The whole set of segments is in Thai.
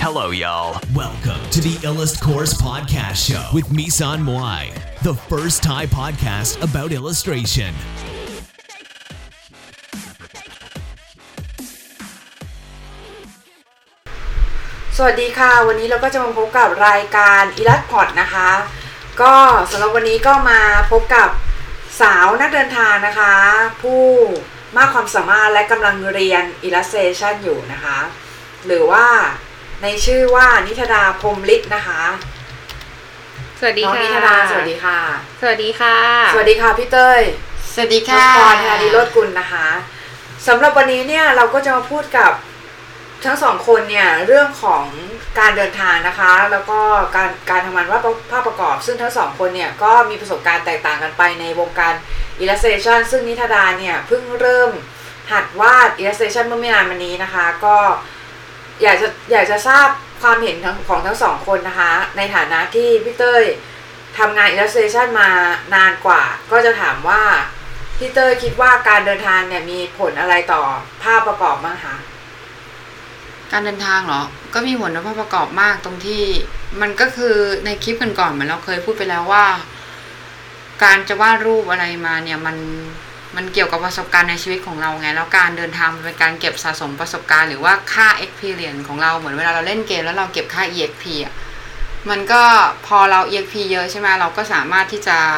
Hello, y'all. Welcome to the Illust Course Podcast Show with Misan Moai, the first Thai podcast about illustration. สวัสดีค่ะวันนี้เราก็จะมาพบกับรายการ Illust นะคะก็สำหรับวันนี้ก็มาพบกับสาวนักเดินทางนะคะผู้มากความสามารถและกำลังเรียน Illustration อยู่นะคะหรือว่าในชื่อว่านิธดาพรหมฤทธิ์นะคะสวัสดีค่ะน้องนิธดาสวัสดีค่ะสวัสดีค่ะสวัสดีค่ะพี่เต้ยสวัสดีค่ะพรธานีโรจน์กุลนะคะสำหรับวันนี้เนี่ยเราก็จะมาพูดกับทั้งสองคนเนี่ยเรื่องของการเดินทางนะคะแล้วก็การทำงานวาดภาพประกอบซึ่งทั้งสองคนเนี่ยก็มีประสบการณ์แตกต่างกันไปในวงการ Illustration ซึ่งนิธดาเนี่ยเพิ่งเริ่มหัดวาด Illustration เมื่อไม่นานมานี้นะคะก็อยากจะทราบความเห็นของทั้งสองคนนะคะในฐานะที่พี่เต้ยทำงาน Illustration มานานกว่าก็จะถามว่าพี่เต้ยคิดว่าการเดินทางเนี่ยมีผลอะไรต่อภาพประกอบบ้างคะการเดินทางเหรอก็มีผลต่อภาพประกอบมากตรงที่มันก็คือในคลิปกันก่อนเหมือนเราเคยพูดไปแล้วว่าการจะวาดรูปอะไรมาเนี่ยมันเกี่ยวกับประสบการณ์ในชีวิตของเราไงแล้วการเดินทางเป็นการเก็บสะสมประสบการณ์หรือว่าค่า experience ของเราเหมือนเวลาเราเล่นเกมแล้วเราเก็บค่า EXP อ่ะมันก็พอเรา EXP เยอะใช่ไหมเราก็สามารถที่จะ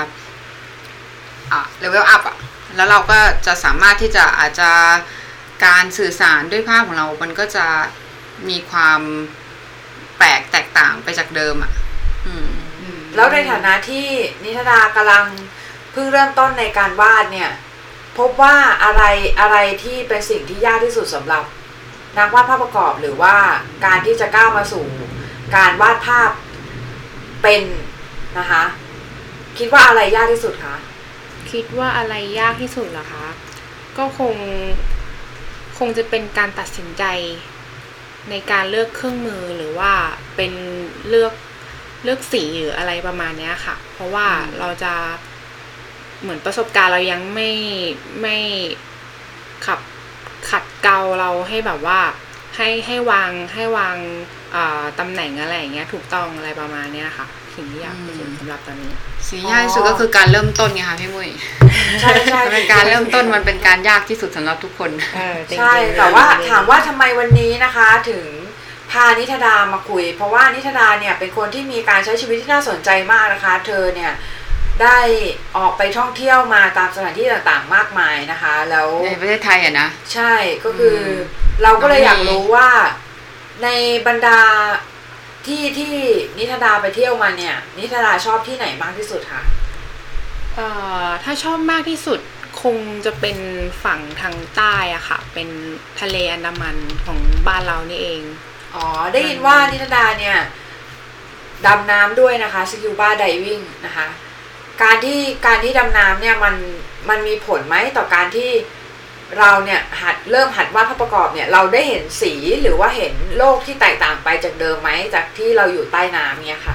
level up อ่ะแล้วเราก็จะสามารถที่จะอาจจะการสื่อสารด้วยภาพของเรามันก็จะมีความแปลกแตกต่างไปจากเดิมอ่ะแล้วในฐานะที่นิธดากำลังเพิ่งเริ่มต้นในการวาดเนี่ยพบว่าอะไรที่เป็นสิ่งที่ยากที่สุดสำหรับนักวาดภาพประกอบหรือว่าการที่จะก้าวมาสู่การวาดภาพเป็นนะคะคิดว่าอะไรยากที่สุดคะคิดว่าอะไรยากที่สุดเหรอคะก็คงจะเป็นการตัดสินใจในการเลือกเครื่องมือหรือว่าเป็นเลือกสีหรืออะไรประมาณนี้ค่ะเพราะว่าเราจะเหมือนประสบการณ์เรายังไม่ขัดเกลาเราให้แบบว่าให้วางตำแหน่งอะไรอย่างเงี้ยถูกต้องอะไรประมาณนี้ค่ะสิ่งที่อยากที่สุดสำหรับตอนนี้สิ่งยากที่สุดก็คือการเริ่มต้นไงคะพี่มุ้ยใช่ใช่เป็นการเริ่มต้นมันเป็นการยากที่สุดสำหรับทุกคนใช่แต่ว่าถามว่าทำไมวันนี้นะคะถึงพานิธดามาคุยเพราะว่านิธดาเนี่ยเป็นคนที่มีการใช้ชีวิตที่น่าสนใจมากนะคะเธอเนี่ยได้ออกไปท่องเที่ยวมาตามสถานที่ต่างๆมากมายนะคะแล้วในประเทศไทยอ่ะนะใช่ก็คือเราก็เลยอยากรู้ว่าในบรรดาที่นิธดาไปเที่ยวมาเนี่ยนิธดาชอบที่ไหนมากที่สุดคะถ้าชอบมากที่สุดคงจะเป็นฝั่งทางใต้อะค่ะเป็นทะเลอันดามันของบ้านเรานี่เองอ๋อได้ยินว่านิธดาเนี่ยดำน้ำด้วยนะคะสกิวบ้าไดวิ่งนะคะการที่ดำน้ำเนี่ยมันมีผลไหมต่อการที่เราเนี่ยเริ่มหัดวาดภาพประกอบเนี่ยเราได้เห็นสีหรือว่าเห็นโลกที่แตกต่างไปจากเดิมไหมจากที่เราอยู่ใต้น้ำเนี่ยค่ะ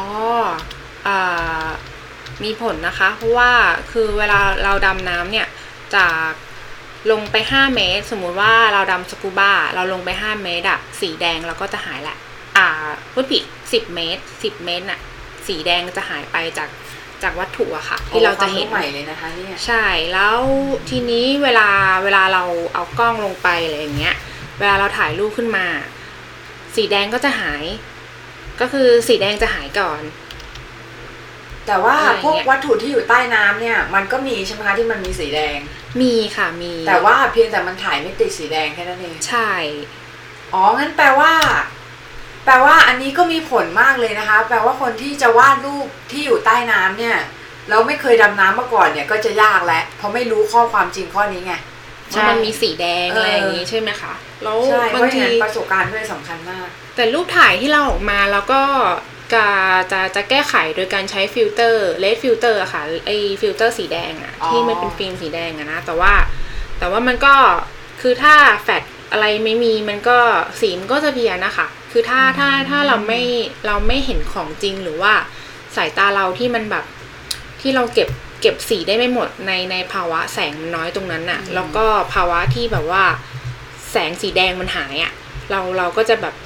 มีผลนะคะเพราะว่าคือเวลาเราดำน้ำเนี่ยจากลงไป5เมตรสมมุติว่าเราดำสกูบ้าเราลงไป5เมตรอะสีแดงเราก็จะหายแหละพูดผิด10เมตรน่ะสีแดงจะหายไปจากวัตถุอะค่ะที่เราจะเห็นใหม่เลยนะคะเนี่ยใช่แล้วทีนี้เวลาเราเอากล้องลงไปอะไรอย่างเงี้ยเวลาเราถ่ายรูปขึ้นมาสีแดงก็จะหายก็คือสีแดงจะหายก่อนแต่ว่าพวกวัตถุที่อยู่ใต้น้ำเนี่ยมันก็มีใช่ไหมคะที่มันมีสีแดงมีค่ะมีแต่ว่าเพียงแต่มันถ่ายไม่ติดสีแดงแค่นั้นเองใช่งั้นแปลว่าอันนี้ก็มีผลมากเลยนะคะแปลว่าคนที่จะวาดรูปที่อยู่ใต้น้ำเนี่ยเราไม่เคยดำน้ำมาก่อนเนี่ยก็จะยากแล้วเพราะไม่รู้ข้อความจริงข้อนี้ไงว่ามันมีสีแดงอะไรอย่างนี้ใช่ไหมคะแล้วบางทีประสบการณ์ด้วยสำคัญมากแต่รูปถ่ายที่เราออกมาแล้วก็จะแก้ไขโดยการใช้ฟิลเตอร์เลดฟิลเตอร์อะค่ะไอฟิลเตอร์สีแดงอะที่มันเป็นฟิล์มสีแดงอะนะแต่ว่ามันก็คือถ้าแฟลชอะไรไม่มีมันก็สีมันก็จะเพี้ยนนะคะคือถ้าเราไม่เห็นของจริงหรือว่าสายตาเราที่มันแบบที่เราเก็บสีได้ไม่หมดในภาวะแสงมันน้อยตรงนั้นน่ะแล้วก็ภาวะที่แบบว่าแสงสีแดงมันหายอ่ะเราก็จะแบบ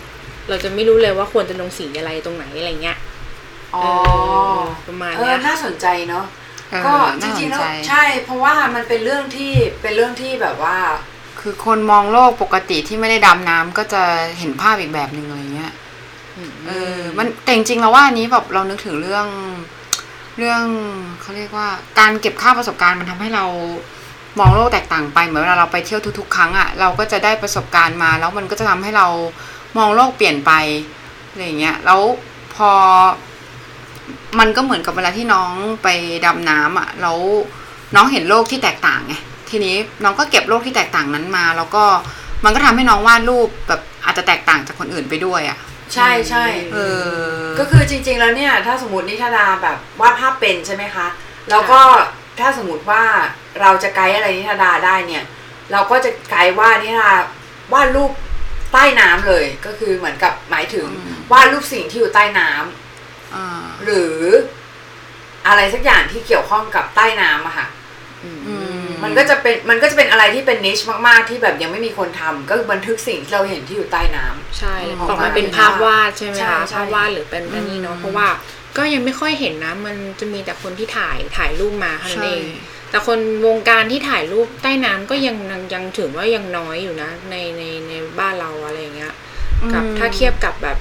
เราจะไม่รู้เลยว่าควรจะลงสีอะไรตรงไหนอะไรเงี้ยประมาณนี้น่าสนใจเนาะก็จริงๆแล้วใช่เพราะว่ามันเป็นเรื่องที่แบบว่าคือคนมองโลกปกติที่ไม่ได้ดำน้ำก็จะเห็นภาพอีกแบบนึงอะไรเงี้ยมันแต่จริงๆแล้วว่าอันนี้แบบเรานึกถึงเรื่องเขาเรียกว่าการเก็บค่าประสบการณ์มันทำให้เรามองโลกแตกต่างไปเหมือนเวลาเราไปเที่ยวทุกๆครั้งอ่ะเราก็จะได้ประสบการณ์มาแล้วมันก็จะทำให้เรามองโลกเปลี่ยนไปอะไรเงี้ยแล้วพอมันก็เหมือนกับเวลาที่น้องไปดำน้ำอ่ะแล้วน้องเห็นโลกที่แตกต่างไงทีนี้น้องก็เก็บโลกที่แตกต่างนั้นมาแล้วก็มันก็ทำให้น้องวาดรูปแบบอาจจะแตกต่างจากคนอื่นไปด้วยอ่ะใช่ใช่ก็คือจริงๆแล้วเนี่ยถ้าสมมตินิธดาแบบวาดภาพเป็นใช่ไหมคะแล้วก็ถ้าสมมติว่าเราจะไกด์อะไรนิธดาได้เนี่ยเราก็จะไกด์ว่านิธดาวาดรูปใต้น้ำเลยก็คือเหมือนกับหมายถึงวาดรูปสิ่งที่อยู่ใต้น้ำหรืออะไรสักอย่างที่เกี่ยวข้องกับใต้น้ำอะค่ะมันก็จะเป็นอะไรที่เป็นนิชมากๆที่แบบยังไม่มีคนทำก็คือบันทึกสิ่งที่เราเห็นที่อยู่ใต้น้ำใช่ออกมาเป็นภาพวาดใช่ไหมคะภาพวาดหรือเป็นอันนี้เนาะเพราะว่าก็ยังไม่ค่อยเห็นนะมันจะมีแต่คนที่ถ่ายรูปมาเท่านั้นเองแต่คนวงการที่ถ่ายรูปใต้น้ำก็ยังถือว่ายังน้อยอยู่นะในบ้านเราอะไรอย่างเงี้ยกับถ้าเทียบ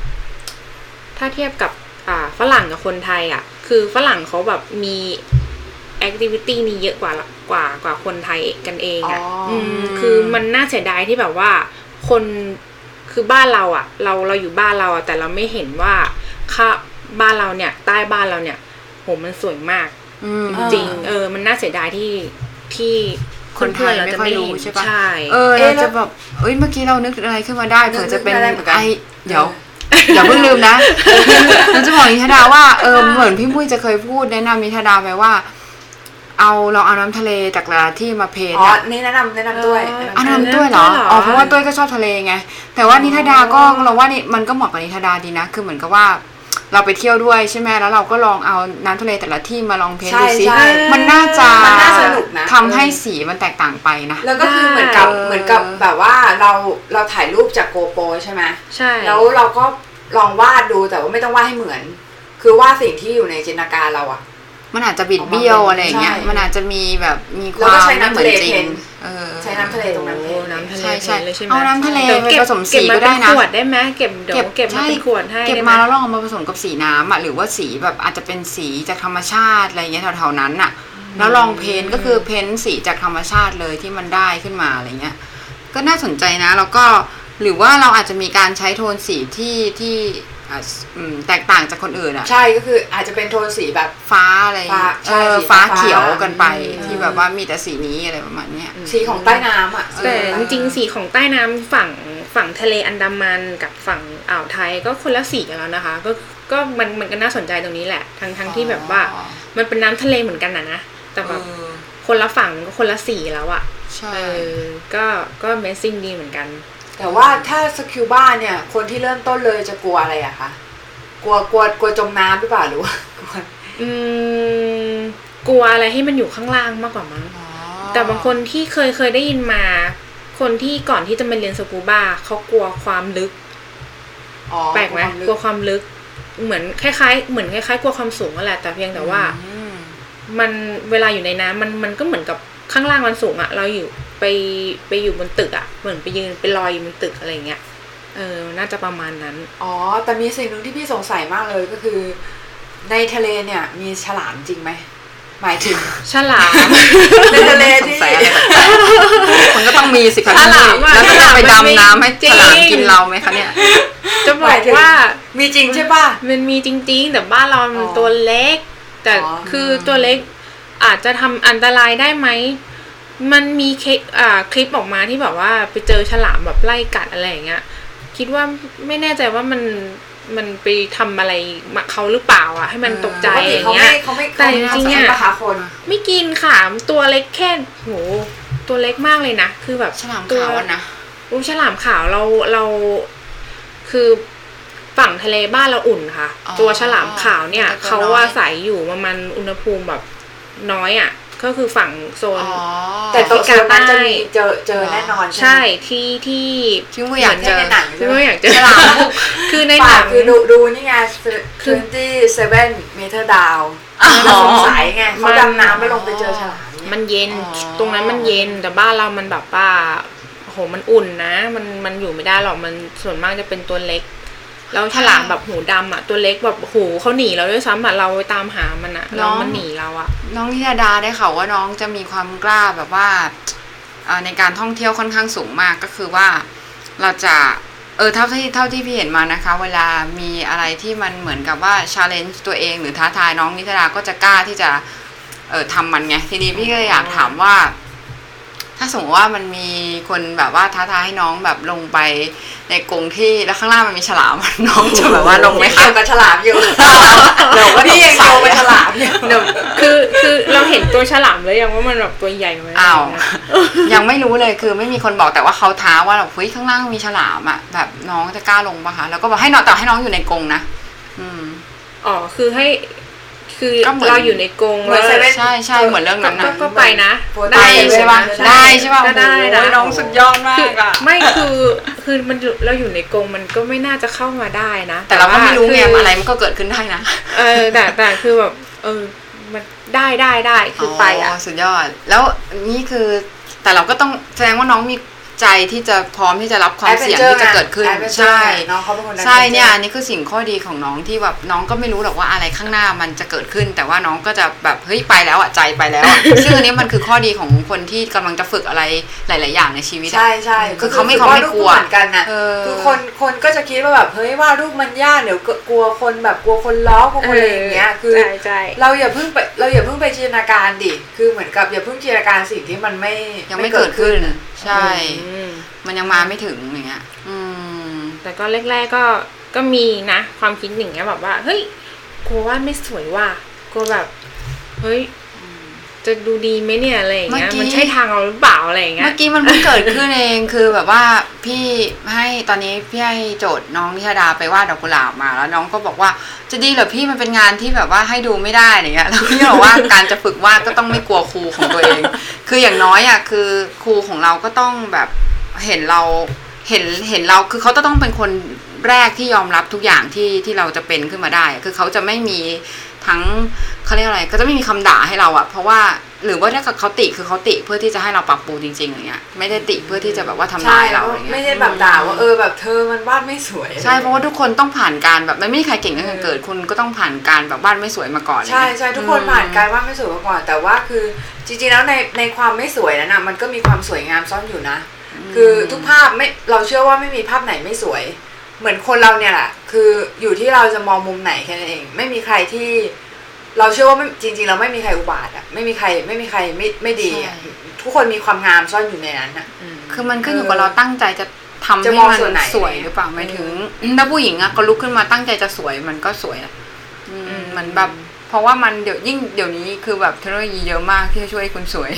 กับฝรั่งกับคนไทยอ่ะคือฝรั่งเขาแบบมีแอคทิวิตี้นี้เยอะกว่าคนไทยกันเองอ่ะคือมันน่าเสียดายที่แบบว่าคนคือบ้านเราอ่ะเราอยู่บ้านเราอ่ะแต่เราไม่เห็นว่าบ้านเราเนี่ยใต้บ้านเราเนี่ยโหมันสวยมากจริงมันน่าเสียดายที่คนไทยเราจะไม่รู้ใช่ปะใช่เราจะแบบเมื่อกี้เรานึกอะไรขึ้นมาได้เผื่อจะเป็นเดี๋ยวอย่าเพิ่งลืมนะเราจะบอกนิธดาว่าเหมือนพี่มุ้ยจะเคยพูดแนะนำนิธดาไปว่าเราเอาน้ำทะเลจากหลายที่มาเพนนี่แนะนำด้วยแนะนำด้วยเหรอเพราะว่าตุ้ยก็ชอบทะเลไงแต่ว่านิธดาก็เราว่านี่มันก็เหมาะกับนิธดาดีนะคือเหมือนกับว่าเราไปเที่ยวด้วยใช่ไหมแล้วเราก็ลองเอาน้ำทะเลแต่ละที่มาลองเพนดูซิมันน่าสนุกนะทำให้สีมันแตกต่างไปนะแล้วก็คือเหมือนกับแบบว่าเราถ่ายรูปจากโกโปรใช่ไหมใช่แล้วเราก็ลองวาดดูแต่ว่าไม่ต้องวาดให้เหมือนคือวาดสิ่งที่อยู่ในจินตนาการเราอะมันอาจจะบิดเบี้ยวอะไรอย่างเงี้ยมันอาจจะมีแบบมีความไม่เหมือนจริงใช้น้ำทะเลตรงนั้นน้ำทะเลเลยใช่ไหมเอาน้ำทะเลผสมสีก็ได้นะขวดได้ไหมเก็บมาเป็นขวดให้เก็บมาแล้วลองเอามาผสมกับสีน้ำอ่ะหรือว่าสีแบบอาจจะเป็นสีจากธรรมชาติอะไรเงี้ยแถวๆนั้นอ่ะแล้วลองเพ้นก็คือเพ้นสีจากธรรมชาติเลยที่มันได้ขึ้นมาอะไรเงี้ยก็น่าสนใจนะแล้วก็หรือว่าเราอาจจะมีการใช้โทนสีที่แตกต่างจากคนอื่นอ่ะใช่ก็คืออาจจะเป็นโทนสีแบบฟ้าอะไรฟ้าเขียวกันไปที่แบบว่ามีแต่สีนี้อะไรประมาณนี้สีของใต้น้ำอ่ะแต่จริงๆสีของใต้น้ำฝั่งทะเลอันดามันกับฝั่งอ่าวไทยก็คนละสีกันแล้วนะคะก็มันก็น่าสนใจตรงนี้แหละทั้งที่แบบว่ามันเป็นน้ำทะเลเหมือนกันนะแต่แบบคนละฝั่งก็คนละสีแล้วอ่ะก็เมสซิ่งดีเหมือนกันแต่ว่าถ้าสคิวบ้าเนี่ยคนที่เริ่มต้นเลยจะกลัวอะไรอะคะกลัวจมน้ำหรือเปล่าหรือว่ากลัวอะไรให้มันอยู่ข้างล่างมากกว่ามั้งแต่บางคนที่เคยได้ยินมาคนที่ก่อนที่จะมาเรียนสกูบ้าเขากลัวความลึกแปลกไหมกลัวความลึกเหมือนคล้ายๆกลัวความสูงนั่นแหละแต่เพียงแต่ว่ามันเวลาอยู่ในน้ำมันก็เหมือนกับข้างล่างมันสูงอะเราอยู่ไปอยู่บนตึกอะเหมือนไปยืนไปลอยอยู่บนตึกอะไรเงี้ยน่าจะประมาณนั้นแต่มีสิ่งหนึ่งที่พี่สงสัยมากเลยก็คือในทะเลเนี่ยมีฉลามจริงไหมหมายถึงฉลามในทะเลที่มันก็ต้องมีสิคะฉลามแล้วจะไปดำน้ำให้ฉลามกินเราไหมคะเนี่ยจะบอกว่ามีจริงใช่ป่ะมันมีจริงๆแต่บ้านเรามันตัวเล็กแต่คือตัวเล็กอาจจะทำอันตรายได้ไหมมันมีคลิปออกมาที่แบบว่าไปเจอฉลามแบบไล่กัดอะไรอย่างเงี้ยคิดว่าไม่แน่ใจว่ามันไปทำอะไรเขาหรือเปล่าอ่ะให้มันตกใจอย่างเงี้ยแต่จริงๆอ่ะไม่กินค่ะตัวเล็กแค่โหตัวเล็กมากเลยนะคือแบบฉลามขาวนะฉลามขาวเราคือฝั่งทะเลบ้านเราอุ่นค่ะตัวฉลามขาวเนี่ยเขาอาศัยอยู่ประมาณอุณหภูมิแบบน้อยอ่ะก็คือฝั่งโซนแต่ตรงโซนนั้นจะมีเจอแน่นอนใช่ที่ไม่อยากเจอในหนังที่ไม่อยากเจอคือในหนังคือดูนี่ไง27 meter down สงสัยไงเขาดำน้ำไปลงไปเจอฉลามมันเย็นตรงนั้นมันเย็นแต่บ้านเรามันแบบว่าโหมันอุ่นนะมันอยู่ไม่ได้หรอกมันส่วนมากจะเป็นตัวเล็กแล้วฉลามแบบหูดำอ่ะตัวเล็กแบบหูเขาหนีเราด้วยซ้ำอ่ะเราไปตามหามันอ่ะแล้วมันหนีเราอ่ะน้องนิธาดาได้ข่าวว่าน้องจะมีความกล้าแบบว่าในการท่องเที่ยวค่อนข้างสูงมากก็คือว่าเราจะเท่าที่พี่เห็นมานะคะเวลามีอะไรที่มันเหมือนกับว่า challenge ตัวเองหรือท้าทายน้องนิธาดาก็จะกล้าที่จะทำมันไงทีนี้พี่ก็อยากถามว่าถ้าสมมติว่ามันมีคนแบบว่าท้าทายให้น้องแบบลงไปในกรงที่แล้วข้างล่างมันมีฉลามน้องจะแบบว่าลงไหมคะเกี่ยวกับฉลามอยู่เราก็พี่ยังโยกับฉลามอยู่คือเราเห็นตัวฉลามเลยยังว่ามันแบบตัวใหญ่ไหมอ้าวยังไม่รู้เลยคือไม่มีคนบอกแต่ว่าเขาท้าว่าแบบเฮ้ยข้างล่างมีฉลามอ่ะแบบน้องจะกล้าลงปะคะแล้วก็บอกให้น้องแต่ให้น้องอยู่ในกรงนะคือให้คือเราอยู่ในกรงแล้วใช่เหมือนเรื่องนั้นนะก็ไปนะได้ใช่ป่ะได้ใช่ป่ะก็ได้นะน้องสุดยอดมากอ่ะไม่คือมันเราอยู่ในกรงมันก็ไม่น่าจะเข้ามาได้นะแต่เราก็ไม่รู้ไงอะไรมันก็เกิดขึ้นได้นะแต่คือแบบมันได้คือไปอ่ะสุดยอดแล้วนี่คือแต่เราก็ต้องแสดงว่าน้องมีใจที่จะพร้อมที่จะรับความเสี่ยงที่จะเกิดขึ้นใช่ใช่เนี่ยนี่คือสิ่งข้อดีของน้องที่แบบน้องก็ไม่รู้หรอกว่าอะไรข้างหน้ามันจะเกิดขึ้นแต่ว่าน้องก็จะแบบเฮ้ยไปแล้วอ่ะใจไปแล้วซึ่งอันนี้มันคือข้อดีของคนที่กำลังจะฝึกอะไรหลายๆอย่างในชีวิตใช่คือเขาไม่กลัวกันนะคือคนก็จะคิดว่าแบบเฮ้ยว่ารูปมันยากเดี๋ยวกลัวคนแบบกลัวคนล้อกลัวคนอะไรอย่างเงี้ยคือเราอย่าเพิ่งไปจินตนาการดิคือเหมือนกับอย่าเพิ่งจินตนาการสิ่งที่มันยังไม่เกิดขึ้นใช่มันยังมาไม่ถึงอย่างเงี้ยแต่ก็แรกๆก็มีนะความคิดอย่างเงี้ยแบบว่าเฮ้ยกลัวว่าไม่สวยว่ะกลัวแบบเฮ้ยจะดูดีไหมเนี่ยอะไรอย่างเงี้ยมันใช่ทางเราหรือเปล่าอะไรอย่างเงี้ยเมื่อกี้มันเพิ่งเกิดขึ้นเองคือแบบว่าพี่ให้ตอนนี้พี่ให้โจทย์น้องนิธาดาไปวาดดอกกุหลาบมาแล้วน้องก็บอกว่าจะดีเหรอพี่มันเป็นงานที่แบบว่าให้ดูไม่ได้อะไรเงี้ยแล้วพี่บอกว่าการจะฝึกวาดก็ต้องไม่กลัวครูของตัวเองคืออย่างน้อยอ่ะคือครูของเราก็ต้องแบบเห็นเราคือเขาต้องเป็นคนแรกที่ยอมรับทุกอย่างที่เราจะเป็นขึ้นมาได้คือเขาจะไม่มีทั้งเขาเรียกอะไรก็จะไม่มีคำด่าให้เราอ่ะเพราะว่าหรือว่าถ้าเขาติคือเขาติเพื่อที่จะให้เราปรับปรุงจริงๆอย่างเงี้ยไม่ได้ติเพื่อที่จะแบบว่าทำลายเราอะไรเงี้ยไม่ได้แบบด่าว่าแบบเธอมันวาดไม่สวยใช่เพราะว่าทุกคนต้องผ่านการแบบไม่มีใครเก่งตั้งแต่เกิดคุณก็ต้องผ่านการแบบวาดไม่สวยมาก่อนใช่ทุกคนผ่านการวาดไม่สวยมาก่อนแต่ว่าคือจริงๆแล้วในความไม่สวยนั้นน่ะมันก็มีความสวยงามซ่อนอยู่นะคือทุกภาพไม่เราเชื่อว่าไม่มีภาพไหนไม่สวยเหมือนคนเราเนี่ยแหละคืออยู่ที่เราจะมองมุมไหนแค่นั้นเองไม่มีใครที่เราเชื่อว่าจริงๆเราไม่มีใครอุบาทอ่ะไม่มีใครไม่ดีทุกคนมีความงามซ่อนอยู่ในนั้นอ่ะคือมันขึ้นอยู่กับเราตั้งใจจะทำให้มันสวยหรือเปล่าหมายถึงถ้าผู้หญิงอ่ะก็ลุกขึ้นมาตั้งใจจะสวยมันก็สวยอ่ะมันแบบเพราะว่ามันเดี๋ยวนี้คือแบบเทคโนโลยีเยอะมากที่จะช่วยคุณสวย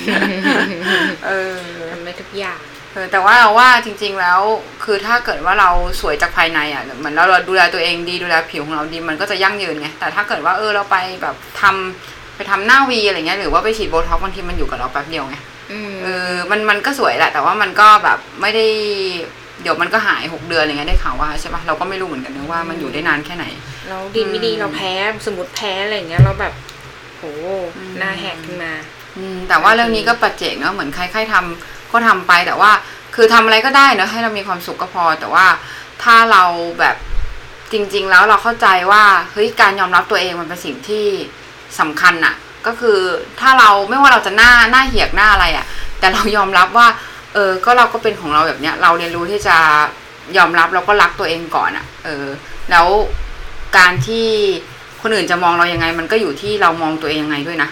ทำได้ทุกอย่างแต่ว่าเราว่าจริงๆแล้วคือถ้าเกิดว่าเราสวยจากภายในอ่ะเหมือนเราดูแลตัวเองดีดูแลผิวของเราดีมันก็จะยั่งยืนไงแต่ถ้าเกิดว่าเราไปแบบไปทำหน้าวีอะไรเงี้ยหรือว่าไปฉีดโบท็อกซ์บางทีมันอยู่กับเราแป๊บเดียวไงมันก็สวยแหละแต่ว่ามันก็แบบไม่ได้เดี๋ยวมันก็หาย6 เดือนอะไรเงี้ยได้ข่าวว่าใช่ปะเราก็ไม่รู้เหมือนกันนะว่ามันอยู่ได้นานแค่ไหนเราดีไม่ดีเราแพ้สมมติแพ้อะไรเงี้ยเราแบบโหหน้าแหกขึ้นมาแต่ว่าเรื่องนี้ก็ปัจเจกเนาะเหมือนใครๆทำก็ทำไปแต่ว่าคือทำอะไรก็ได้เนอะให้เรามีความสุขก็พอแต่ว่าถ้าเราแบบจริงๆแล้วเราเข้าใจว่าเฮ้ยการยอมรับตัวเองมันเป็นสิ่งที่สำคัญอะก็คือถ้าเราไม่ว่าเราจะหน้าเหี่ยกหน้าอะไรอะแต่เรายอมรับว่าก็เราก็เป็นของเราแบบเนี้ยเราเรียนรู้ที่จะยอมรับแล้วก็รักตัวเองก่อนอะแล้วการที่คนอื่นจะมองเรายังไงมันก็อยู่ที่เรามองตัวเองยังไงด้วยนะ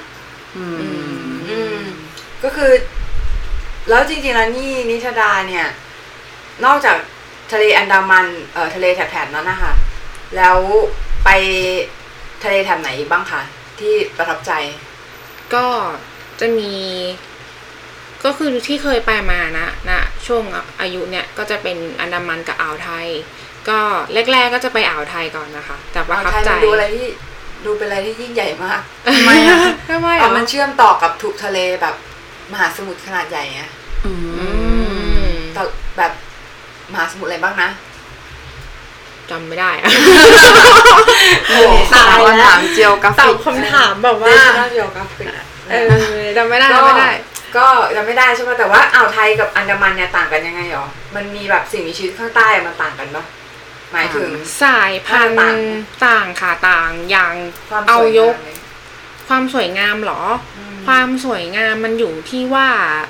ก็คือแล้วจริงๆแล้วนี่นิธาดาเนี่ยนอกจากทะเลอันดามันทะเลแถบๆนั้นนะคะแล้วไปทะเลแถบไหนบ้างคะที่ประทับใจก็จะมีก็คือที่เคยไปมานะช่วงอายุเนี่ยก็จะเป็นอันดามันกับอ่าวไทยก็แรกๆก็จะไปอ่าวไทยก่อนนะคะแต่ประทับใจดูเป็นอะไรที่ยิ่งใหญ่มากไม่ทำไมอ่ะมันเชื่อมต่อกับถูกทะเลแบบมหาสมุทรขนาดใหญ่ไงแต่แบบมหาสมุทรอะไรบ้างนะจำไม่ได้อะตายแล้วถามเจียวกราฟิกตอบคำถามแบบว่าเจียวกราฟิกจำไม่ได้ก็จำไม่ได้ใช่ไหมแต่ว่าอ่าวไทยกับอันดามันเนี่ยต่างกันยังไงหรอมันมีแบบสิ่งมีชีวิตข้างใต้มันต่างกันปะหมายถึงสายพันธุ์ต่างค่ะต่างอย่างเอายกความสวยงามหรอความสวยงามมันอยู่ที่ว่า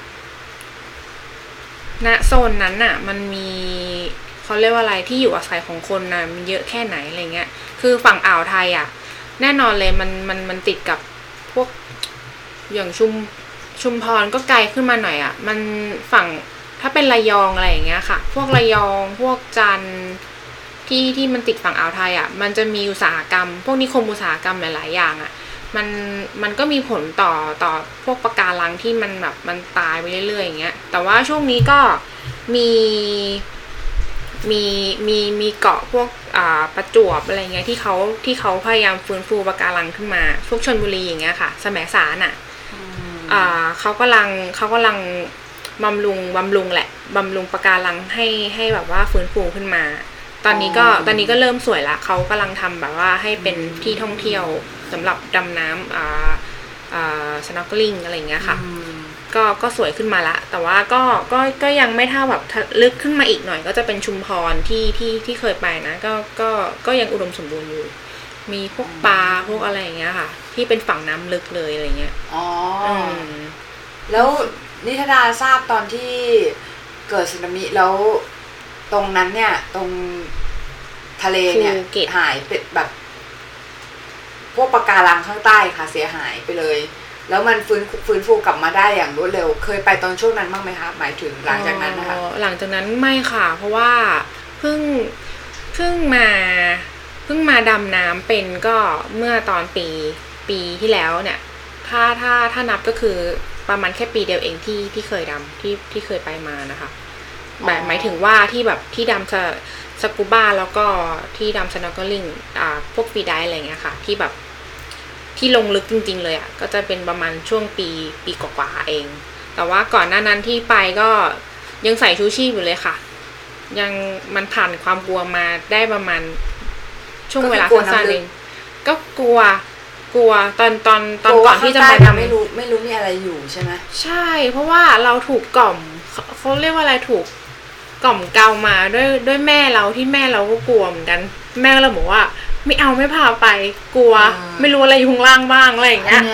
ณโซนนั้นน่ะมันมีเขาเรียกว่าอะไรที่อยู่อาศัยของคนน่ะมันเยอะแค่ไหนอะไรเงี้ยคือฝั่งอ่าวไทยอ่ะแน่นอนเลยมันติดกับพวกอย่างชุมพรก็ไกลขึ้นมาหน่อยอ่ะมันฝั่งถ้าเป็นระยองอะไรอย่างเงี้ยค่ะพวกระยองพวกจันทร์ที่มันติดฝั่งอ่าวไทยอ่ะมันจะมีอุตสาหกรรมพวกนิคมอุตสาหกรรมหลายๆอย่างอ่ะมันก็มีผลต่อพวกปะการังที่มันแบบมันตายไปเรื่อยๆอย่างเงี้ยแต่ว่าช่วงนี้ก็มีเกาะพวกประจวบอะไรเงี้ยที่เขาพยายามฟื้นฟูปะการังขึ้นมาพวกชลบุรีอย่างเงี้ยค่ะแสมสารอ่ะเขากำลังบำรุงแหละบำรุงปะการังให้แบบว่าฟื้นฟูขึ้นมาตอนนี้ก็เริ่มสวยละเขากำลังทำแบบว่าให้เป็นที่ท่องเที่ยวสำหรับดำน้ำsnorkeling อะไรเงี้ยค่ะก็สวยขึ้นมาละแต่ว่าก็ยังไม่เท่าแบบลึกขึ้นมาอีกหน่อยก็จะเป็นชุมพรที่เคยไปนะก็ยังอุดมสมบูรณ์อยู่มีพวกปลาพวกอะไรอย่างเงี้ยค่ะที่เป็นฝั่งน้ำลึกเลยอะไรเงี้ยแล้วนิธดาทราบตอนที่เกิดสึนามิแล้วตรงนั้นเนี่ยตรงทะเลเนี่ยหายไปแบบพวกปะการังข้างใต้ค่ะเสียหายไปเลยแล้วมันฟื้นฟูกลับมาได้อย่างรวดเร็วเคยไปตอนช่วงนั้นบ้างไหมคะหมายถึงหลังจากนั้นนะคะหลังจากนั้นไม่ค่ะเพราะว่าเพิ่งมาดำน้ำเป็นก็เมื่อตอนปีที่แล้วเนี่ยถ้านับก็คือประมาณแค่ปีเดียวเองที่เคยดำที่เคยไปมานะคะแบบหมายถึงว่าที่แบบที่ดำสกูบ้าแล้วก็ที่ดำสโนว์เกิลลิ่งพวกฟรีไดฟ์อะไรเงี้ยค่ะที่แบบที่ลงลึกจริงๆเลยอ่ะก็จะเป็นประมาณช่วงปีกว่าๆเองแต่ว่าก่อนหน้านั้นที่ไปก็ยังใส่ชูชีพอยู่เลยค่ะยังมันผ่านความกลัวมาได้ประมาณช่วงเวลาสั้นๆเองก็กลัวตอนก่อนที่จะมาดำไม่รู้มีอะไรอยู่ใช่ไหมใช่เพราะว่าเราถูกกล่อมเขาเรียกว่าอะไรถูกกล่อมเกลามาด้วยแม่เราที่แม่เราก็กลัวเหมือนกันแม่เราบอกว่าไม่เอาไม่พาไปกลัวไม่รู้อะไรอยู่ข้างล่างบ้างอะไรอย่างเงี้ย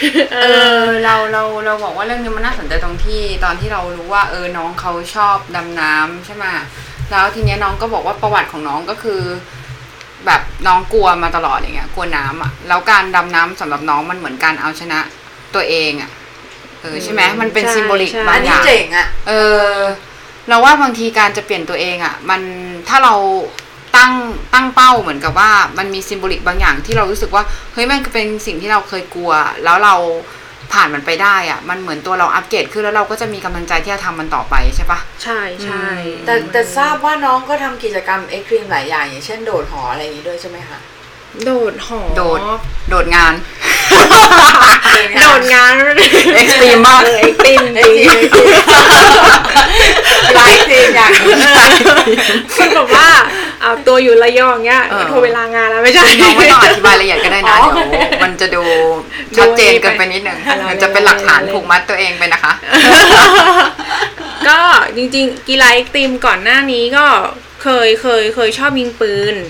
เราบอกว่าเรื่องนี้มันน่าสนใจตรงที่ตอนที่เรารู้ว่าน้องเขาชอบดำน้ำใช่ไหมแล้วทีเนี้ยน้องก็บอกว่าประวัติของน้องก็คือแบบน้องกลัวมาตลอดอย่างเงี้ยกลัวน้ำอ่ะแล้วการดำน้ำสำหรับน้องมันเหมือนการเอาชนะตัวเองอ่ะใช่ไหมมันเป็นซิมโบลิกบางอย่างเจ๋งอ่ะเราว่าบางทีการจะเปลี่ยนตัวเองอ่ะมันถ้าเราตั้งเป้าเหมือนกับว่ามันมีซิมโบลิกบางอย่างที่เรารู้สึกว่าเฮ้ยมันเป็นสิ่งที่เราเคยกลัวแล้วเราผ่านมันไปได้อ่ะมันเหมือนตัวเราอัปเกรดขึ้นแล้วเราก็จะมีกำลังใจที่จะทำมันต่อไปใช่ปะใช่แต่ทราบว่าน้องก็ทำกิจกรรมเอ็กซ์ตรีมหลายอย่างอย่างเช่นโดดหออะไรอย่างนี้ด้วยใช่ไหมคะโดดหอโดดงานโดดงานเอ็กซ์ตรีมมากเอ็กซ์ตรีมหลายทีอย่างคือแบบว่าเอาตัวอยู่ระยองเงี้ยโทรเวลางานแล้วไม่ใช่น้องไม่ต้องอธิบายละเอียดก็ได้นะเดี๋ยวมันจะดูชัดเจนเกินไปนิดนึงมันจะเป็นหลักฐานผูกมัดตัวเองไปนะคะก็จริงๆกีฬาเอ็กซ์ตรีมก่อนหน้านี้ก็เคยชอบยิงปืน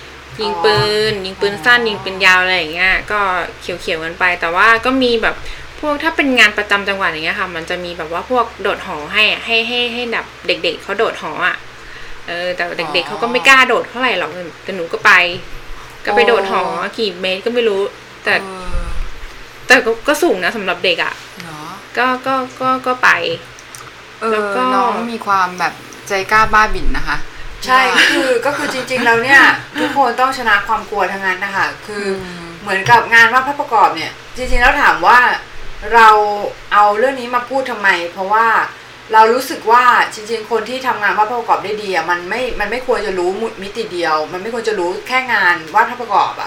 สั้นยิงปืนยาวอะไรอย่างเงี้ยก็เขียวๆกันไปแต่ว่าก็มีแบบพวกถ้าเป็นงานประจำจังหวัดอย่างเงี้ยค่ะมันจะมีแบบว่าพวกโดดหอให้แบบเด็กๆเขาโดดหออ่ะแต่เด็กๆเขาก็ไม่กล้าโดดเท่าไหร่หรอกแต่หนูก็ไปโดดหอกี่เมตรก็ไม่รู้แต่ก็สูงนะสำหรับเด็กอ่ะก็ไปแล้วก็น้องมีความแบบใจกล้าบ้าบิ่นนะคะใช่ก็คือจริงๆแล้วเนี่ยทุกคนต้องชนะความกลัวทั้งนั้นนะคะคือเหมือนกับงานวาดภาพประกอบเนี่ยจริงๆแล้วถามว่าเราเอาเรื่องนี้มาพูดทำไมเพราะว่าเรารู้สึกว่าจริงๆคนที่ทำงานวาดภาพประกอบได้ดีอ่ะมันไม่ควรจะรู้มิติเดียวมันไม่ควรจะรู้แค่งานวาดภาพประกอบอ่ะ